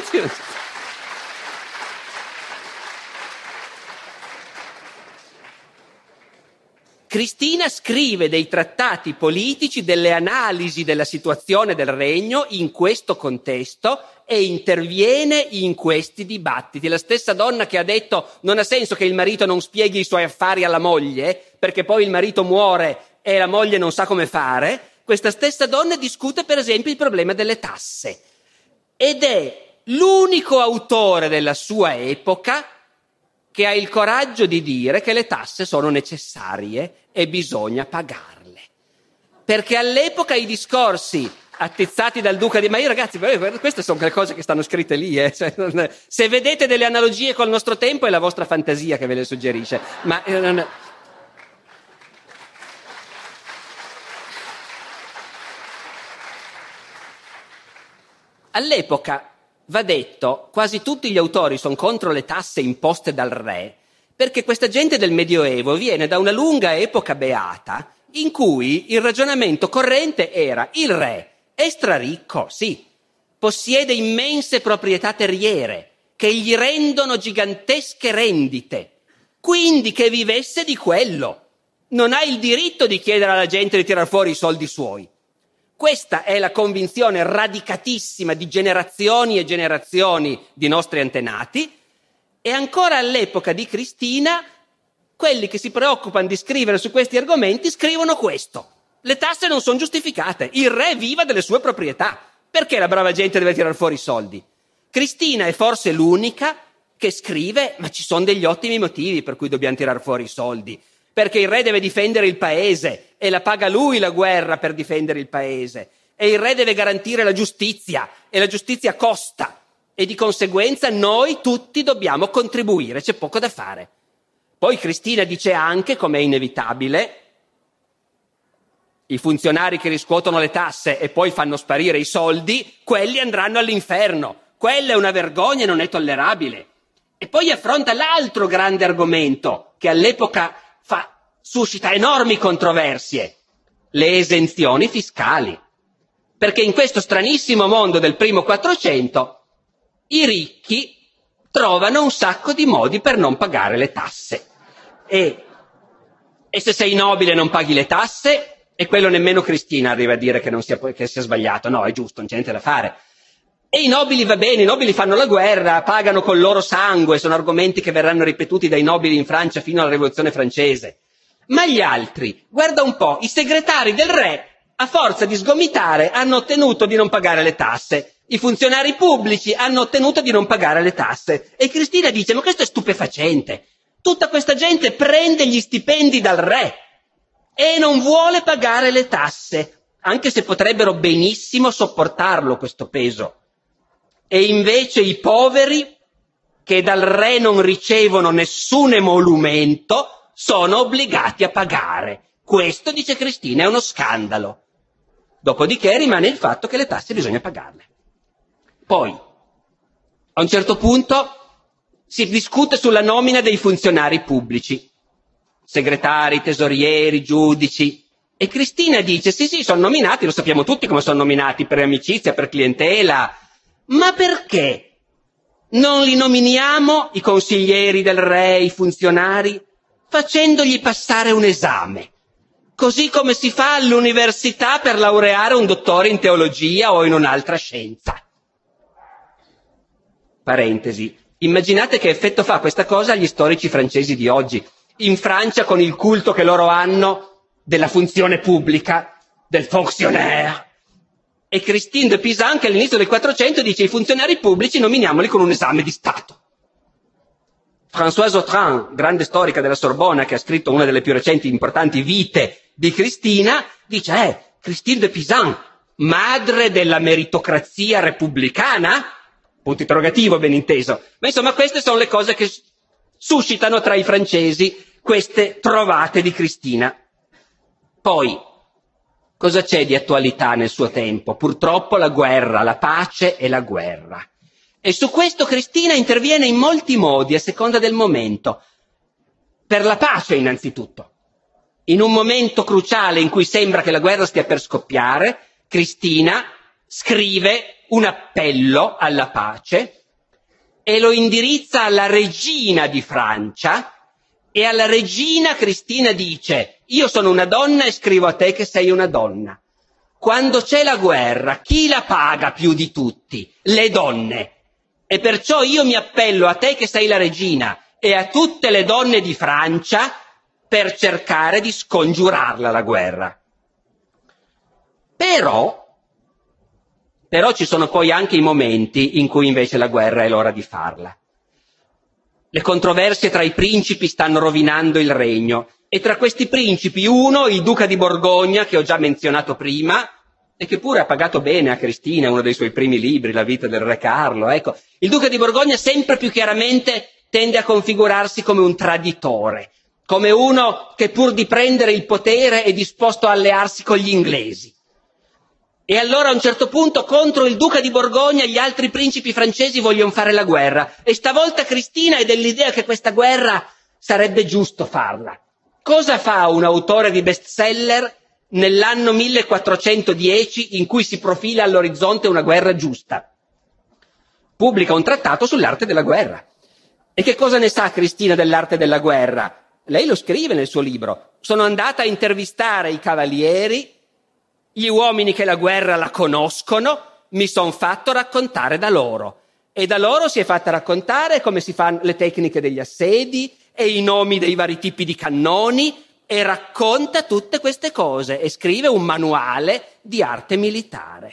Speaker 2: Cristina scrive dei trattati politici, delle analisi della situazione del regno in questo contesto e interviene in questi dibattiti. La stessa donna che ha detto non ha senso che il marito non spieghi i suoi affari alla moglie, perché poi il marito muore e la moglie non sa come fare, questa stessa donna discute per esempio il problema delle tasse. Ed è l'unico autore della sua epoca che ha il coraggio di dire che le tasse sono necessarie e bisogna pagarle. Perché all'epoca i discorsi attizzati dal duca di... Ma io ragazzi, queste sono le cose che stanno scritte lì. Eh. Cioè, se vedete delle analogie col nostro tempo è la vostra fantasia che ve le suggerisce. Ma... Eh, all'epoca, va detto, quasi tutti gli autori sono contro le tasse imposte dal re, perché questa gente del Medioevo viene da una lunga epoca beata in cui il ragionamento corrente era: il re è straricco, sì, possiede immense proprietà terriere che gli rendono gigantesche rendite, quindi che vivesse di quello. Non ha il diritto di chiedere alla gente di tirar fuori i soldi suoi. Questa è la convinzione radicatissima di generazioni e generazioni di nostri antenati, e ancora all'epoca di Cristina quelli che si preoccupano di scrivere su questi argomenti scrivono questo: le tasse non sono giustificate, il re viva delle sue proprietà, perché la brava gente deve tirar fuori i soldi? Cristina è forse l'unica che scrive: ma ci sono degli ottimi motivi per cui dobbiamo tirar fuori i soldi, perché il re deve difendere il paese e la paga lui la guerra per difendere il paese, e il re deve garantire la giustizia e la giustizia costa, e di conseguenza noi tutti dobbiamo contribuire, c'è poco da fare. Poi Cristina dice anche, come è inevitabile, i funzionari che riscuotono le tasse e poi fanno sparire i soldi, quelli andranno all'inferno, quella è una vergogna e non è tollerabile. E poi affronta l'altro grande argomento che all'epoca fa, suscita enormi controversie: le esenzioni fiscali. Perché in questo stranissimo mondo del primo Quattrocento i ricchi trovano un sacco di modi per non pagare le tasse. E, e se sei nobile non paghi le tasse, e quello nemmeno Cristina arriva a dire che non sia, che sia sbagliato. No, è giusto, non c'è niente da fare. E i nobili va bene, i nobili fanno la guerra, pagano col loro sangue, sono argomenti che verranno ripetuti dai nobili in Francia fino alla Rivoluzione francese. Ma gli altri, guarda un po', i segretari del re, a forza di sgomitare, hanno ottenuto di non pagare le tasse. I funzionari pubblici hanno ottenuto di non pagare le tasse. E Cristina dice, ma questo è stupefacente. Tutta questa gente prende gli stipendi dal re e non vuole pagare le tasse, anche se potrebbero benissimo sopportarlo questo peso. E invece i poveri, che dal re non ricevono nessun emolumento, sono obbligati a pagare. Questo, dice Cristina, è uno scandalo. Dopodiché rimane il fatto che le tasse bisogna pagarle. Poi, a un certo punto, si discute sulla nomina dei funzionari pubblici, segretari, tesorieri, giudici, e Cristina dice, sì sì, sono nominati, lo sappiamo tutti come sono nominati, per amicizia, per clientela, ma perché non li nominiamo, i consiglieri del re, i funzionari, facendogli passare un esame, così come si fa all'università per laureare un dottore in teologia o in un'altra scienza. Parentesi, immaginate che effetto fa questa cosa agli storici francesi di oggi, in Francia con il culto che loro hanno della funzione pubblica, del fonctionnaire. E Christine de Pisan, che all'inizio del Quattrocento dice i funzionari pubblici nominiamoli con un esame di Stato. Françoise Autran, grande storica della Sorbona, che ha scritto una delle più recenti importanti vite di Cristina, dice, eh, Christine de Pisan, madre della meritocrazia repubblicana? Punto interrogativo, ben inteso. Ma insomma, queste sono le cose che suscitano tra i francesi queste trovate di Cristina. Poi, cosa c'è di attualità nel suo tempo? Purtroppo la guerra, la pace e la guerra. E su questo Cristina interviene in molti modi, a seconda del momento. Per la pace, innanzitutto. In un momento cruciale in cui sembra che la guerra stia per scoppiare, Cristina scrive un appello alla pace e lo indirizza alla regina di Francia, e alla regina Cristina dice, io sono una donna e scrivo a te che sei una donna. Quando c'è la guerra, chi la paga più di tutti? Le donne. E perciò io mi appello a te che sei la regina e a tutte le donne di Francia per cercare di scongiurarla la guerra. Però, però ci sono poi anche i momenti in cui invece la guerra è l'ora di farla. Le controversie tra i principi stanno rovinando il regno, e tra questi principi uno, il duca di Borgogna, che ho già menzionato prima, e che pure ha pagato bene a Cristina, uno dei suoi primi libri, La vita del re Carlo, ecco. Il duca di Borgogna sempre più chiaramente tende a configurarsi come un traditore, come uno che pur di prendere il potere è disposto a allearsi con gli inglesi. E allora a un certo punto contro il duca di Borgogna gli altri principi francesi vogliono fare la guerra, e stavolta Cristina è dell'idea che questa guerra sarebbe giusto farla. Cosa fa un autore di bestseller nell'anno millequattrocentodieci in cui si profila all'orizzonte una guerra giusta? Pubblica un trattato sull'arte della guerra. E che cosa ne sa Cristina dell'arte della guerra? Lei lo scrive nel suo libro. Sono andata a intervistare i cavalieri, gli uomini che la guerra la conoscono, mi son fatto raccontare da loro. E da loro si è fatta raccontare come si fanno le tecniche degli assedi e i nomi dei vari tipi di cannoni, e racconta tutte queste cose e scrive un manuale di arte militare.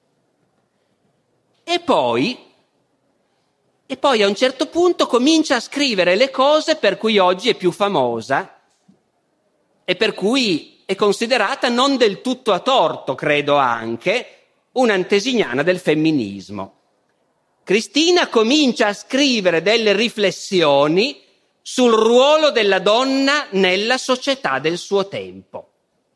Speaker 2: E poi, e poi a un certo punto comincia a scrivere le cose per cui oggi è più famosa e per cui è considerata non del tutto a torto, credo anche, un'antesignana del femminismo. Cristina comincia a scrivere delle riflessioni sul ruolo della donna nella società del suo tempo.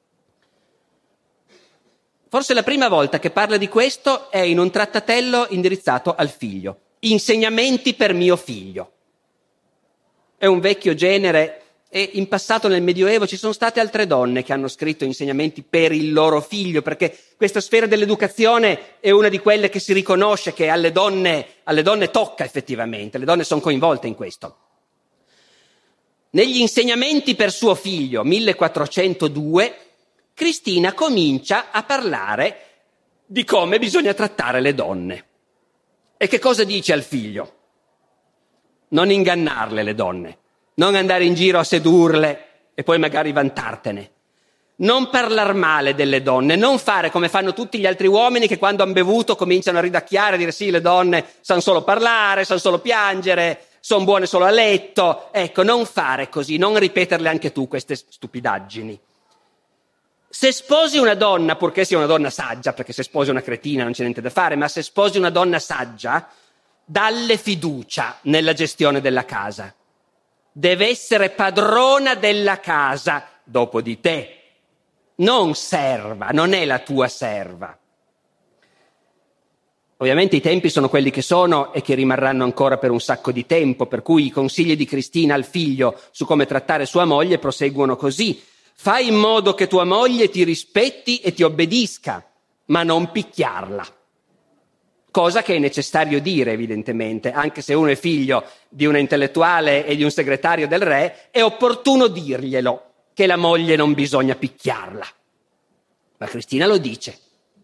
Speaker 2: Forse la prima volta che parla di questo è in un trattatello indirizzato al figlio, Insegnamenti per mio figlio. È un vecchio genere e in passato nel Medioevo ci sono state altre donne che hanno scritto insegnamenti per il loro figlio, perché questa sfera dell'educazione è una di quelle che si riconosce che alle donne, alle donne tocca effettivamente, le donne sono coinvolte in questo. Negli Insegnamenti per suo figlio, millequattrocentodue, Cristina comincia a parlare di come bisogna trattare le donne. E che cosa dice al figlio? Non ingannarle le donne, non andare in giro a sedurle e poi magari vantartene. Non parlar male delle donne, non fare come fanno tutti gli altri uomini che quando hanno bevuto cominciano a ridacchiare e dire sì, le donne sanno solo parlare, sanno solo piangere, sono buone solo a letto. Ecco, non fare così, non ripeterle anche tu queste stupidaggini. Se sposi una donna, purché sia una donna saggia, perché se sposi una cretina non c'è niente da fare, ma se sposi una donna saggia, dalle fiducia nella gestione della casa. Deve essere padrona della casa dopo di te. Non serva, non è la tua serva. Ovviamente i tempi sono quelli che sono e che rimarranno ancora per un sacco di tempo, per cui i consigli di Cristina al figlio su come trattare sua moglie proseguono così. Fai in modo che tua moglie ti rispetti e ti obbedisca, ma non picchiarla. Cosa che è necessario dire, evidentemente, anche se uno è figlio di una intellettuale e di un segretario del re, è opportuno dirglielo, che la moglie non bisogna picchiarla. Ma Cristina lo dice.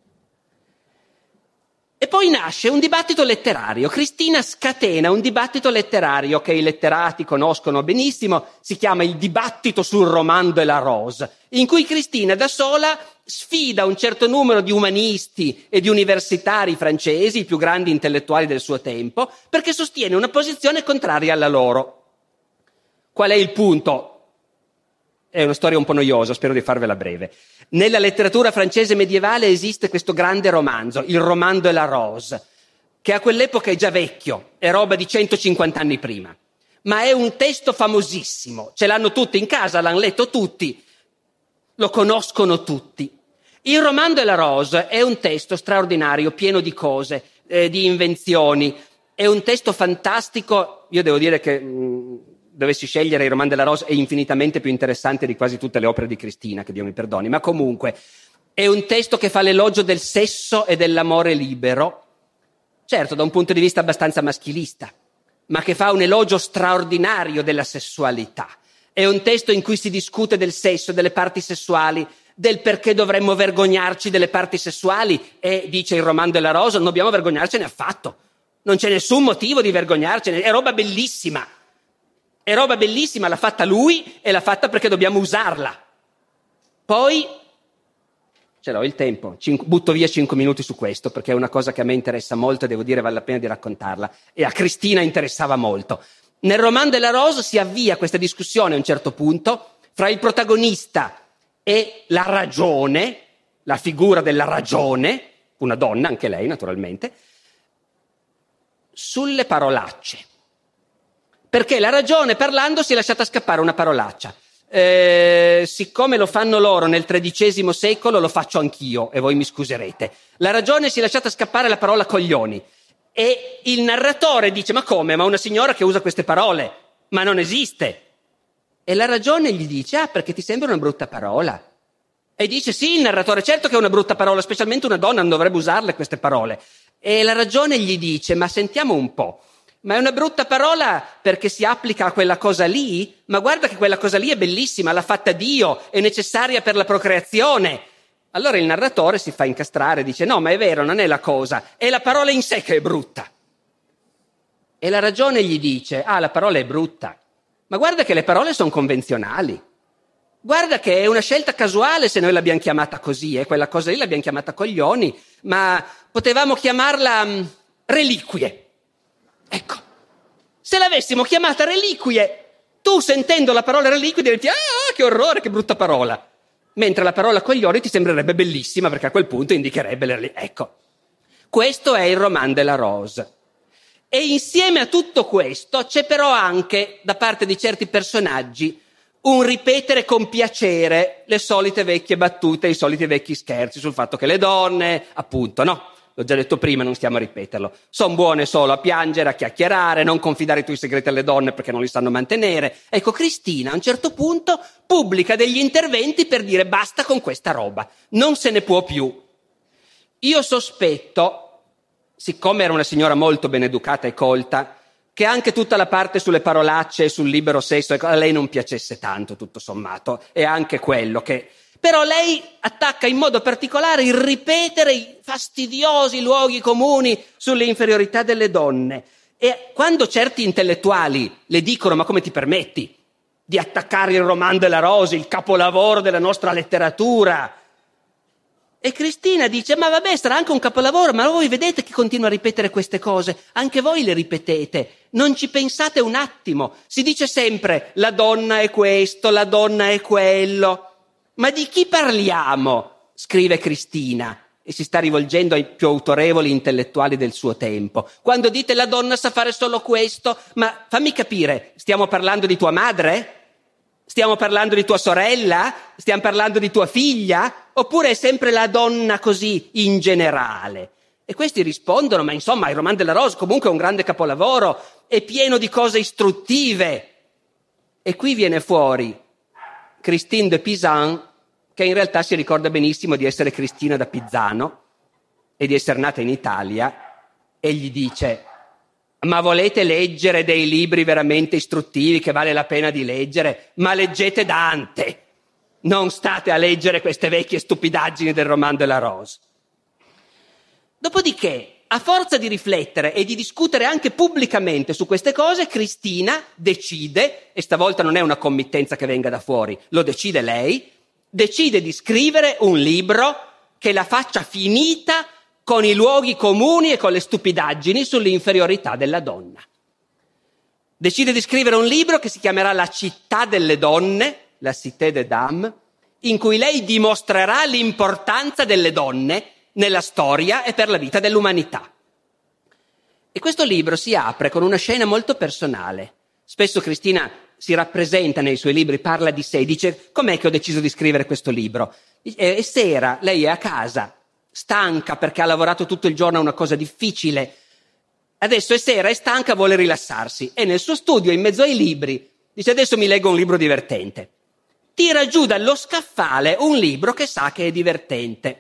Speaker 2: E poi nasce un dibattito letterario. Cristina scatena un dibattito letterario che i letterati conoscono benissimo, si chiama il dibattito sul roman de la Rose, in cui Cristina da sola sfida un certo numero di umanisti e di universitari francesi, i più grandi intellettuali del suo tempo, perché sostiene una posizione contraria alla loro. Qual è il punto? È una storia un po' noiosa, spero di farvela breve. Nella letteratura francese medievale esiste questo grande romanzo, il Roman de la Rose, che a quell'epoca è già vecchio, è roba di centocinquanta anni prima, ma è un testo famosissimo, ce l'hanno tutti in casa, l'hanno letto tutti, lo conoscono tutti. Il Roman de la Rose è un testo straordinario, pieno di cose, eh, di invenzioni, è un testo fantastico. Io devo dire che mh, dovessi scegliere il Roman de la Rose è infinitamente più interessante di quasi tutte le opere di Cristina, che Dio mi perdoni, ma comunque è un testo che fa l'elogio del sesso e dell'amore libero, certo da un punto di vista abbastanza maschilista, ma che fa un elogio straordinario della sessualità. È un testo in cui si discute del sesso, delle parti sessuali, del perché dovremmo vergognarci delle parti sessuali, e dice il Roman de la Rose, non dobbiamo vergognarcene affatto, non c'è nessun motivo di vergognarcene, è roba bellissima. È roba bellissima, l'ha fatta lui e l'ha fatta perché dobbiamo usarla. Poi, ce l'ho il tempo, cinque, butto via cinque minuti su questo perché è una cosa che a me interessa molto e devo dire vale la pena di raccontarla. E a Cristina interessava molto. Nel Roman de la Rose si avvia questa discussione a un certo punto fra il protagonista e la ragione, la figura della ragione, una donna, anche lei naturalmente, sulle parolacce. Perché la ragione, parlando, si è lasciata scappare una parolaccia. Eh, siccome lo fanno loro nel tredicesimo secolo, lo faccio anch'io, e voi mi scuserete. La ragione si è lasciata scappare la parola coglioni. E il narratore dice, ma come? Ma una signora che usa queste parole? Ma non esiste. E la ragione gli dice, ah, perché ti sembra una brutta parola. E dice, sì, il narratore, certo che è una brutta parola, specialmente una donna non dovrebbe usarle queste parole. E la ragione gli dice, ma sentiamo un po'. Ma è una brutta parola perché si applica a quella cosa lì? Ma guarda che quella cosa lì è bellissima, l'ha fatta Dio, è necessaria per la procreazione. Allora il narratore si fa incastrare, dice no, ma è vero, non è la cosa, è la parola in sé che è brutta. E la ragione gli dice, ah, la parola è brutta, ma guarda che le parole sono convenzionali. Guarda che è una scelta casuale se noi l'abbiamo chiamata così, eh? Quella cosa lì l'abbiamo chiamata coglioni, ma potevamo chiamarla mh, reliquie. Ecco, se l'avessimo chiamata reliquie, tu sentendo la parola reliquie diresti, ah, che orrore, che brutta parola. Mentre la parola coglioni ti sembrerebbe bellissima perché a quel punto indicherebbe le reliquie. Ecco, questo è il Roman de la Rose. E insieme a tutto questo c'è però anche, da parte di certi personaggi, un ripetere con piacere le solite vecchie battute, i soliti vecchi scherzi sul fatto che le donne, appunto, no? L'ho già detto prima, non stiamo a ripeterlo. Sono buone solo a piangere, a chiacchierare, non confidare i tuoi segreti alle donne perché non li sanno mantenere. Ecco, Cristina a un certo punto pubblica degli interventi per dire basta con questa roba, non se ne può più. Io sospetto, siccome era una signora molto ben educata e colta, che anche tutta la parte sulle parolacce e sul libero sesso a lei non piacesse tanto, tutto sommato, e anche quello che... Però lei attacca in modo particolare il ripetere i fastidiosi luoghi comuni sulle inferiorità delle donne. E quando certi intellettuali le dicono: ma come ti permetti di attaccare il Roman de la Rose, il capolavoro della nostra letteratura? E Cristina dice: ma vabbè, sarà anche un capolavoro, ma voi vedete che continua a ripetere queste cose, anche voi le ripetete, non ci pensate un attimo. Si dice sempre: la donna è questo, la donna è quello. Ma di chi parliamo? Scrive Cristina, e si sta rivolgendo ai più autorevoli intellettuali del suo tempo. Quando dite la donna sa fare solo questo, ma fammi capire, stiamo parlando di tua madre? Stiamo parlando di tua sorella? Stiamo parlando di tua figlia? Oppure è sempre la donna così in generale? E questi rispondono: ma insomma, il Roman de la Rose comunque è un grande capolavoro, è pieno di cose istruttive. E qui viene fuori Christine de Pisan, che in realtà si ricorda benissimo di essere Cristina da Pizzano e di essere nata in Italia, e gli dice: ma volete leggere dei libri veramente istruttivi che vale la pena di leggere? Ma leggete Dante, non state a leggere queste vecchie stupidaggini del Roman de la Rose. Dopodiché, a forza di riflettere e di discutere anche pubblicamente su queste cose, Cristina decide, e stavolta non è una committenza che venga da fuori, lo decide lei, decide di scrivere un libro che la faccia finita con i luoghi comuni e con le stupidaggini sull'inferiorità della donna. Decide di scrivere un libro che si chiamerà La città delle donne, la Cité des Dames, in cui lei dimostrerà l'importanza delle donne nella storia e per la vita dell'umanità. E questo libro si apre con una scena molto personale. Spesso Cristina si rappresenta nei suoi libri, parla di sé, dice: com'è che ho deciso di scrivere questo libro? E sera, lei è a casa, stanca perché ha lavorato tutto il giorno a una cosa difficile, adesso è sera, è stanca, vuole rilassarsi, e nel suo studio, in mezzo ai libri, dice: adesso mi leggo un libro divertente. Tira giù dallo scaffale un libro che sa che è divertente.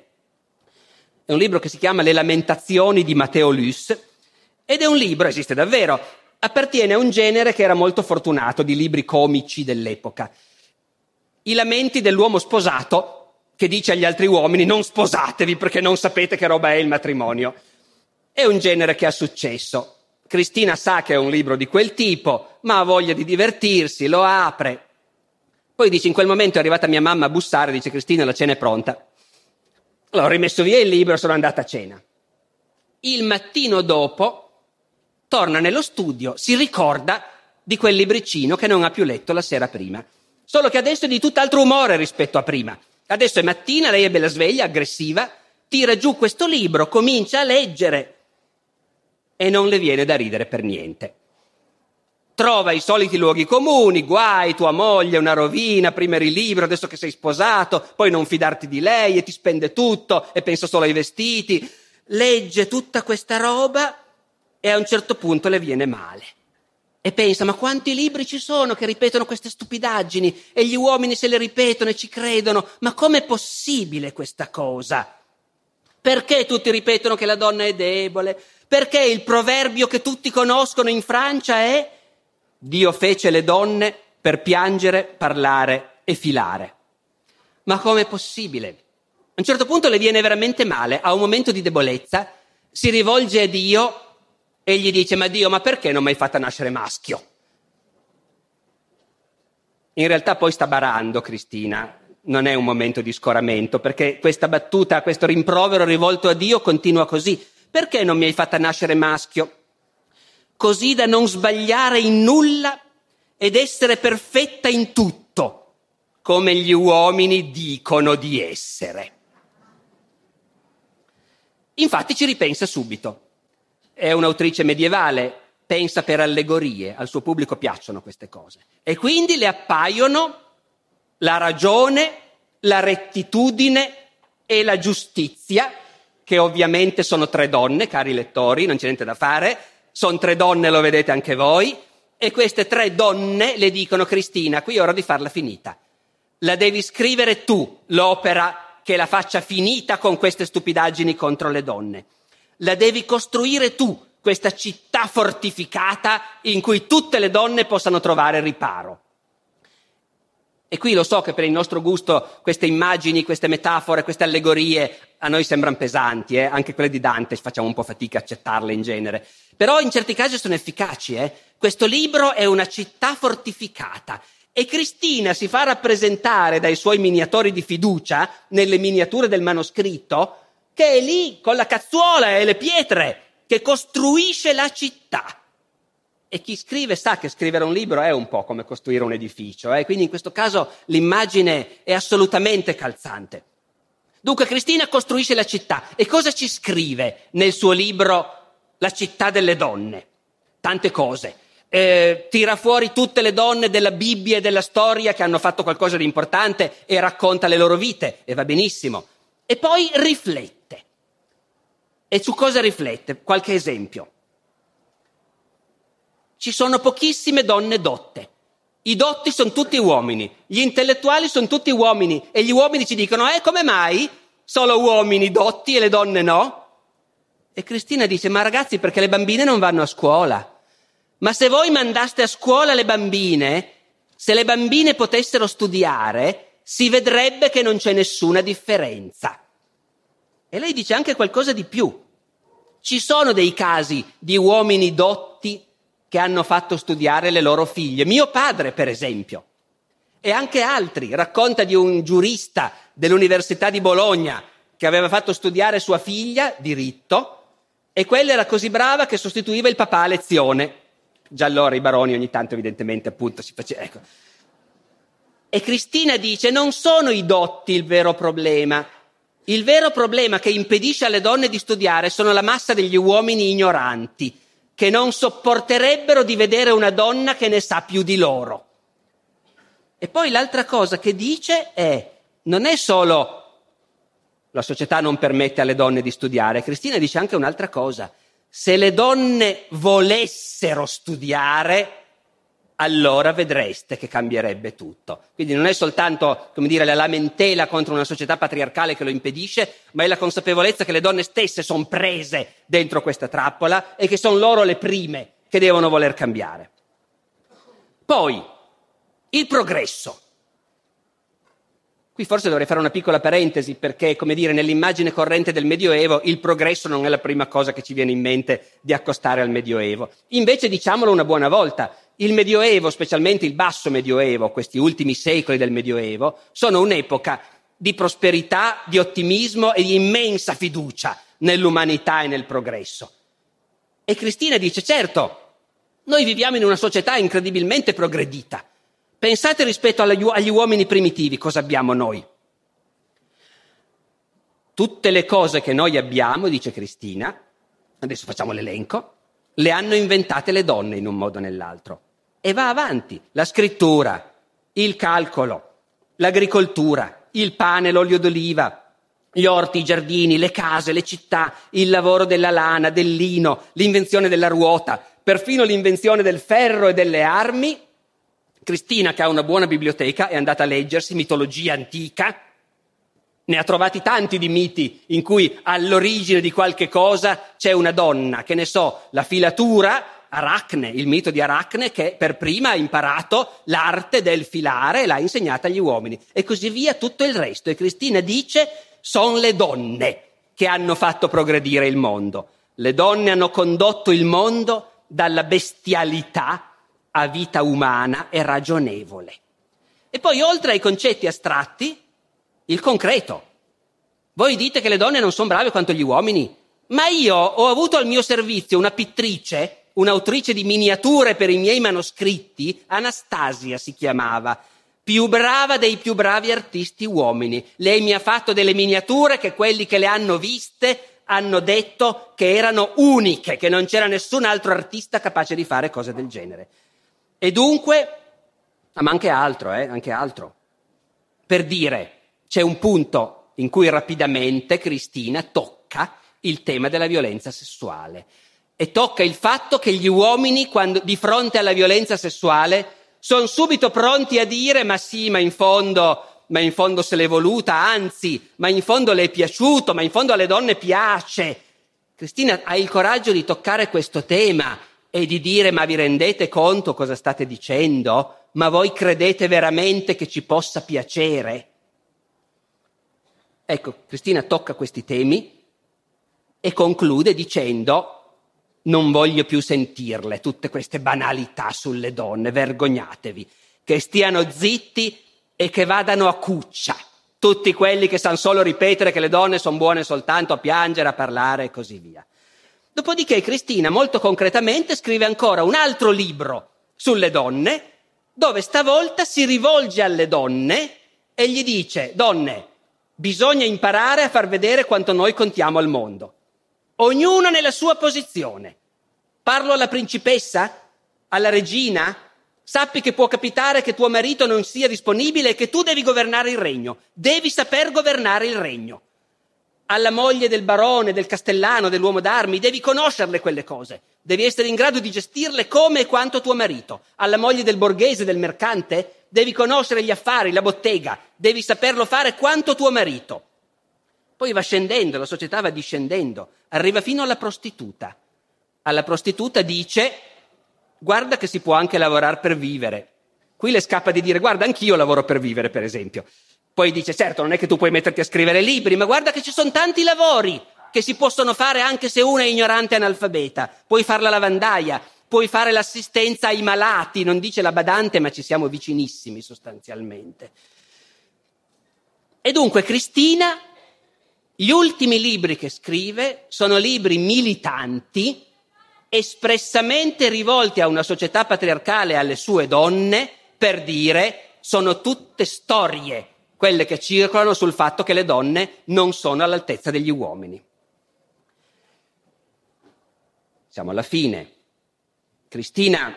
Speaker 2: È un libro che si chiama Le Lamentazioni di Matteo Luce, ed è un libro, esiste davvero, appartiene a un genere che era molto fortunato di libri comici dell'epoca. I lamenti dell'uomo sposato che dice agli altri uomini: non sposatevi perché non sapete che roba è il matrimonio. È un genere che ha successo. Cristina sa che è un libro di quel tipo, ma ha voglia di divertirsi, lo apre. Poi dice: in quel momento è arrivata mia mamma a bussare, dice: Cristina, la cena è pronta. Allora ho rimesso via il libro e sono andata a cena. Il mattino dopo torna nello studio, si ricorda di quel libricino che non ha più letto la sera prima. Solo che adesso è di tutt'altro umore rispetto a prima. Adesso è mattina, lei è bella sveglia, aggressiva, tira giù questo libro, comincia a leggere e non le viene da ridere per niente. Trova i soliti luoghi comuni: guai, tua moglie è una rovina, prima eri libero, adesso che sei sposato, poi non fidarti di lei e ti spende tutto e pensa solo ai vestiti. Legge tutta questa roba e a un certo punto le viene male. E pensa: ma quanti libri ci sono che ripetono queste stupidaggini e gli uomini se le ripetono e ci credono? Ma com'è possibile questa cosa? Perché tutti ripetono che la donna è debole? Perché il proverbio che tutti conoscono in Francia è: Dio fece le donne per piangere, parlare e filare. Ma com'è possibile? A un certo punto le viene veramente male, ha un momento di debolezza, si rivolge a Dio e gli dice: ma Dio, ma perché non mi hai fatta nascere maschio? In realtà poi sta barando Cristina, non è un momento di scoramento, perché questa battuta, questo rimprovero rivolto a Dio continua così: perché non mi hai fatta nascere maschio? Così da non sbagliare in nulla ed essere perfetta in tutto, come gli uomini dicono di essere. Infatti ci ripensa subito. È un'autrice medievale, pensa per allegorie, al suo pubblico piacciono queste cose. E quindi le appaiono la ragione, la rettitudine e la giustizia, che ovviamente sono tre donne, cari lettori, non c'è niente da fare, sono tre donne, lo vedete anche voi, e queste tre donne le dicono: Cristina, qui è ora di farla finita. La devi scrivere tu, l'opera che la faccia finita con queste stupidaggini contro le donne. La devi costruire tu, questa città fortificata in cui tutte le donne possano trovare riparo. E qui lo so che per il nostro gusto queste immagini, queste metafore, queste allegorie a noi sembrano pesanti, eh? Anche quelle di Dante facciamo un po' fatica a accettarle in genere. Però in certi casi sono efficaci. Eh? Questo libro è una città fortificata e Cristina si fa rappresentare dai suoi miniatori di fiducia, nelle miniature del manoscritto, che è lì con la cazzuola e le pietre, che costruisce la città. E chi scrive sa che scrivere un libro è un po' come costruire un edificio, eh? Quindi in questo caso l'immagine è assolutamente calzante. Dunque Cristina costruisce la città. E cosa ci scrive nel suo libro La città delle donne? Tante cose. Eh, tira fuori tutte le donne della Bibbia e della storia che hanno fatto qualcosa di importante e racconta le loro vite, e va benissimo. E poi riflette. E su cosa riflette? Qualche esempio. Ci sono pochissime donne dotte. I dotti sono tutti uomini, gli intellettuali sono tutti uomini e gli uomini ci dicono eh come mai solo uomini dotti e le donne no? E Cristina dice ma ragazzi perché le bambine non vanno a scuola. Ma se voi mandaste a scuola le bambine, se le bambine potessero studiare, si vedrebbe che non c'è nessuna differenza. E lei dice anche qualcosa di più. Ci sono dei casi di uomini dotti che hanno fatto studiare le loro figlie. Mio padre, per esempio, e anche altri. Racconta di un giurista dell'Università di Bologna che aveva fatto studiare sua figlia diritto e quella era così brava che sostituiva il papà a lezione. Già allora i baroni ogni tanto evidentemente appunto si faceva... Ecco. E Cristina dice non sono i dotti il vero problema. Il vero problema che impedisce alle donne di studiare sono la massa degli uomini ignoranti che non sopporterebbero di vedere una donna che ne sa più di loro. E poi l'altra cosa che dice è, non è solo la società non permette alle donne di studiare, Cristina dice anche un'altra cosa, se le donne volessero studiare, allora vedreste che cambierebbe tutto. Quindi non è soltanto, come dire, la lamentela contro una società patriarcale che lo impedisce, ma è la consapevolezza che le donne stesse sono prese dentro questa trappola e che sono loro le prime che devono voler cambiare. Poi, il progresso. Qui forse dovrei fare una piccola parentesi perché, come dire, nell'immagine corrente del Medioevo il progresso non è la prima cosa che ci viene in mente di accostare al Medioevo. Invece diciamolo una buona volta, il Medioevo, specialmente il basso Medioevo, questi ultimi secoli del Medioevo, sono un'epoca di prosperità, di ottimismo e di immensa fiducia nell'umanità e nel progresso. E Cristina dice, certo, noi viviamo in una società incredibilmente progredita. Pensate rispetto agli uomini primitivi, cosa abbiamo noi? Tutte le cose che noi abbiamo, dice Cristina, adesso facciamo l'elenco, le hanno inventate le donne in un modo o nell'altro. E va avanti, la scrittura, il calcolo, l'agricoltura, il pane, l'olio d'oliva, gli orti, i giardini, le case, le città, il lavoro della lana, del lino, l'invenzione della ruota, perfino l'invenzione del ferro e delle armi. Cristina, che ha una buona biblioteca, è andata a leggersi mitologia antica, ne ha trovati tanti di miti in cui all'origine di qualche cosa c'è una donna, che ne so, la filatura, Aracne, il mito di Aracne, che per prima ha imparato l'arte del filare e l'ha insegnata agli uomini, e così via tutto il resto. E Cristina dice, sono le donne che hanno fatto progredire il mondo. Le donne hanno condotto il mondo dalla bestialità a vita umana e ragionevole. E poi, oltre ai concetti astratti, il concreto. Voi dite che le donne non sono brave quanto gli uomini, ma io ho avuto al mio servizio una pittrice, un'autrice di miniature per i miei manoscritti, Anastasia si chiamava, più brava dei più bravi artisti uomini. Lei mi ha fatto delle miniature che quelli che le hanno viste hanno detto che erano uniche, che non c'era nessun altro artista capace di fare cose del genere. E dunque, ma anche altro, eh, anche altro. Per dire, c'è un punto in cui rapidamente Cristina tocca il tema della violenza sessuale e tocca il fatto che gli uomini, quando di fronte alla violenza sessuale, sono subito pronti a dire ma sì, ma in fondo, ma in fondo se l'è voluta, anzi, ma in fondo le è piaciuto, ma in fondo alle donne piace. Cristina ha il coraggio di toccare questo tema e di dire: ma vi rendete conto cosa state dicendo? Ma voi credete veramente che ci possa piacere? Ecco, Cristina tocca questi temi e conclude dicendo: non voglio più sentirle, tutte queste banalità sulle donne, vergognatevi, che stiano zitti e che vadano a cuccia, tutti quelli che sanno solo ripetere che le donne sono buone soltanto a piangere, a parlare e così via. Dopodiché Cristina molto concretamente scrive ancora un altro libro sulle donne, dove stavolta si rivolge alle donne e gli dice: donne, bisogna imparare a far vedere quanto noi contiamo al mondo. Ognuno nella sua posizione. Parlo alla principessa? Alla regina? Sappi che può capitare che tuo marito non sia disponibile e che tu devi governare il regno. Devi saper governare il regno. Alla moglie del barone, del castellano, dell'uomo d'armi, devi conoscerle quelle cose. Devi essere in grado di gestirle come e quanto tuo marito. Alla moglie del borghese, del mercante, devi conoscere gli affari, la bottega. Devi saperlo fare quanto tuo marito. Poi va scendendo, la società va discendendo, arriva fino alla prostituta. Alla prostituta dice: guarda che si può anche lavorare per vivere. Qui le scappa di dire: guarda, anch'io lavoro per vivere, per esempio. Poi dice: certo, non è che tu puoi metterti a scrivere libri, ma guarda che ci sono tanti lavori che si possono fare anche se uno è ignorante e analfabeta. Puoi fare la lavandaia, puoi fare l'assistenza ai malati, non dice la badante, ma ci siamo vicinissimi sostanzialmente. E dunque Cristina, gli ultimi libri che scrive sono libri militanti, espressamente rivolti a una società patriarcale e alle sue donne, per dire: sono tutte storie quelle che circolano sul fatto che le donne non sono all'altezza degli uomini. Siamo alla fine. Cristina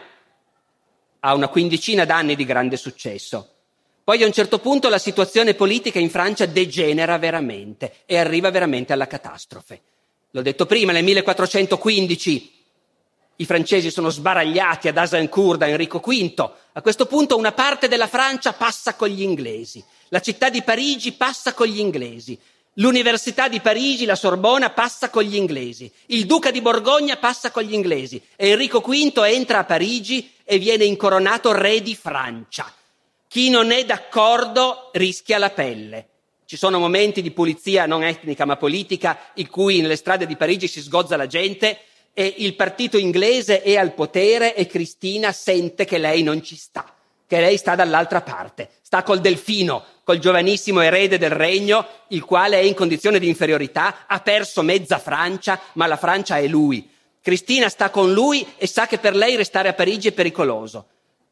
Speaker 2: ha una quindicina d'anni di grande successo. Poi a un certo punto la situazione politica in Francia degenera veramente e arriva veramente alla catastrofe. L'ho detto prima, nel millequattrocentoquindici i francesi sono sbaragliati ad Azincourt da Enrico quinto. A questo punto una parte della Francia passa con gli inglesi. La città di Parigi passa con gli inglesi. L'Università di Parigi, la Sorbona, passa con gli inglesi. Il Duca di Borgogna passa con gli inglesi. E Enrico quinto entra a Parigi e viene incoronato re di Francia. Chi non è d'accordo rischia la pelle. Ci sono momenti di pulizia non etnica ma politica in cui nelle strade di Parigi si sgozza la gente e il partito inglese è al potere e Cristina sente che lei non ci sta, che lei sta dall'altra parte, sta col Delfino, col giovanissimo erede del regno, il quale è in condizione di inferiorità, ha perso mezza Francia, ma la Francia è lui. Cristina sta con lui e sa che per lei restare a Parigi è pericoloso.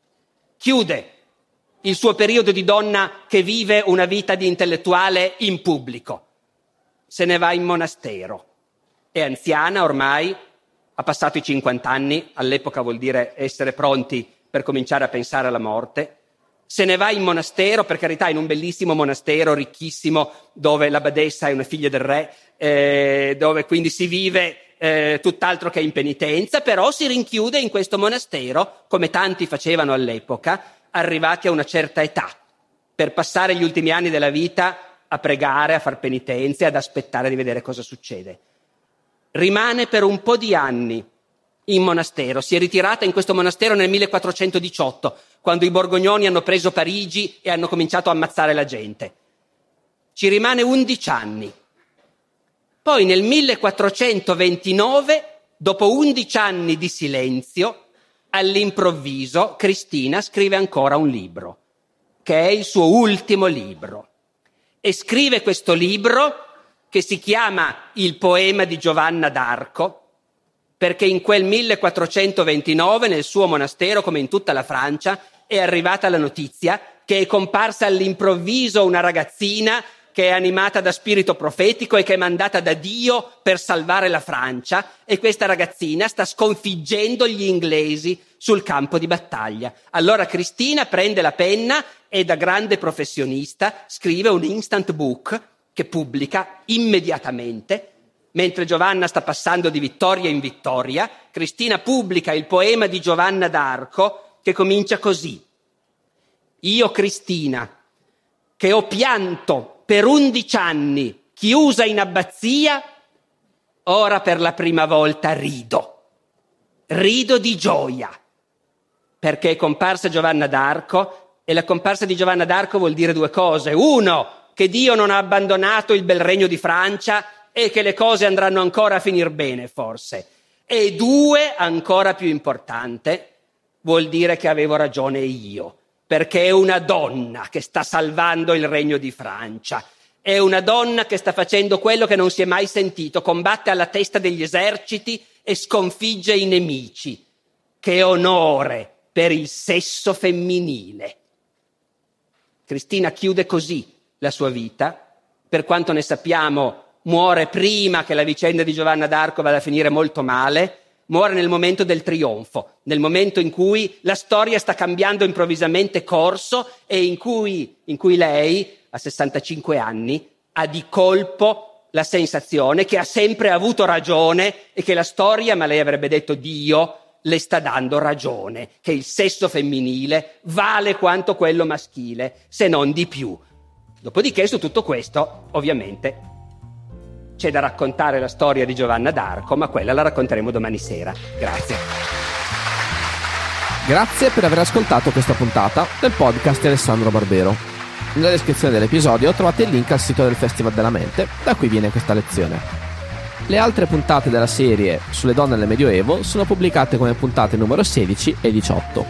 Speaker 2: Chiude il suo periodo di donna che vive una vita di intellettuale in pubblico. Se ne va in monastero. È anziana ormai, ha passato i cinquanta anni, all'epoca vuol dire essere pronti per cominciare a pensare alla morte. Se ne va in monastero, per carità, in un bellissimo monastero ricchissimo, dove la badessa è una figlia del re, eh, dove quindi si vive eh, tutt'altro che in penitenza, però si rinchiude in questo monastero, come tanti facevano all'epoca, arrivati a una certa età, per passare gli ultimi anni della vita a pregare, a far penitenze, ad aspettare di vedere cosa succede. Rimane per un po' di anni in monastero, si è ritirata in questo monastero nel millequattrocentodiciotto, quando i borgognoni hanno preso Parigi e hanno cominciato a ammazzare la gente. Ci rimane undici anni. Poi nel millequattrocentoventinove, dopo undici anni di silenzio, all'improvviso Cristina scrive ancora un libro, che è il suo ultimo libro. E scrive questo libro che si chiama Il poema di Giovanna d'Arco, perché in quel millequattrocentoventinove nel suo monastero, come in tutta la Francia, è arrivata la notizia che è comparsa all'improvviso una ragazzina che è animata da spirito profetico e che è mandata da Dio per salvare la Francia, e questa ragazzina sta sconfiggendo gli inglesi sul campo di battaglia. Allora Cristina prende la penna e da grande professionista scrive un instant book che pubblica immediatamente. Mentre Giovanna sta passando di vittoria in vittoria, Cristina pubblica il poema di Giovanna d'Arco che comincia così: io Cristina, che ho pianto per undici anni chiusa in abbazia, ora per la prima volta rido. rido di gioia, perché è comparsa Giovanna d'Arco, e la comparsa di Giovanna d'Arco vuol dire due cose. Uno, che Dio non ha abbandonato il bel regno di Francia e che le cose andranno ancora a finir bene, forse. E due, ancora più importante, vuol dire che avevo ragione io, perché è una donna che sta salvando il regno di Francia. È una donna che sta facendo quello che non si è mai sentito, combatte alla testa degli eserciti e sconfigge i nemici. Che onore per il sesso femminile. Cristina chiude così la sua vita. Per quanto ne sappiamo, muore prima che la vicenda di Giovanna d'Arco vada a finire molto male. Muore nel momento del trionfo, nel momento in cui la storia sta cambiando improvvisamente corso e in cui, in cui lei, a sessantacinque anni, ha di colpo la sensazione che ha sempre avuto ragione e che la storia, ma lei avrebbe detto Dio, le sta dando ragione, che il sesso femminile vale quanto quello maschile, se non di più. Dopodiché, su tutto questo, ovviamente, c'è da raccontare la storia di Giovanna d'Arco, ma quella la racconteremo domani sera. Grazie.
Speaker 1: Grazie per aver ascoltato questa puntata del podcast di Alessandro Barbero. Nella descrizione dell'episodio trovate il link al sito del Festival della Mente, da cui viene questa lezione. Le altre puntate della serie sulle donne nel Medioevo sono pubblicate come puntate numero sedici e diciotto.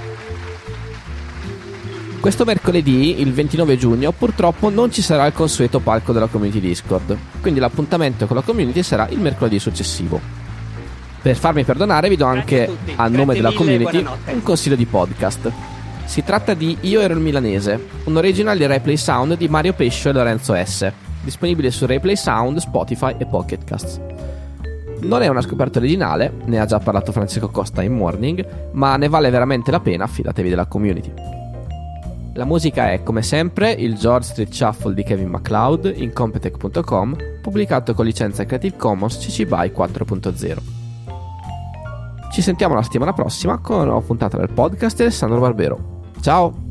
Speaker 1: Questo mercoledì, il ventinove giugno, purtroppo non ci sarà il consueto palco della community Discord, quindi l'appuntamento con la community sarà il mercoledì successivo. Per farmi perdonare vi do anche, a, a nome della community, un consiglio di podcast. Si tratta di Io ero il milanese, un original di Replay Sound di Mario Pescio e Lorenzo S, disponibile su Replay Sound, Spotify e Pocket Casts. Non è una scoperta originale, ne ha già parlato Francesco Costa in Morning, ma ne vale veramente la pena, fidatevi della community. La musica è, come sempre, il George Street Shuffle di Kevin MacLeod in Competech punto com, pubblicato con licenza Creative Commons C C B Y quattro punto zero. Ci sentiamo la settimana prossima con una nuova puntata del podcast di Alessandro Barbero. Ciao!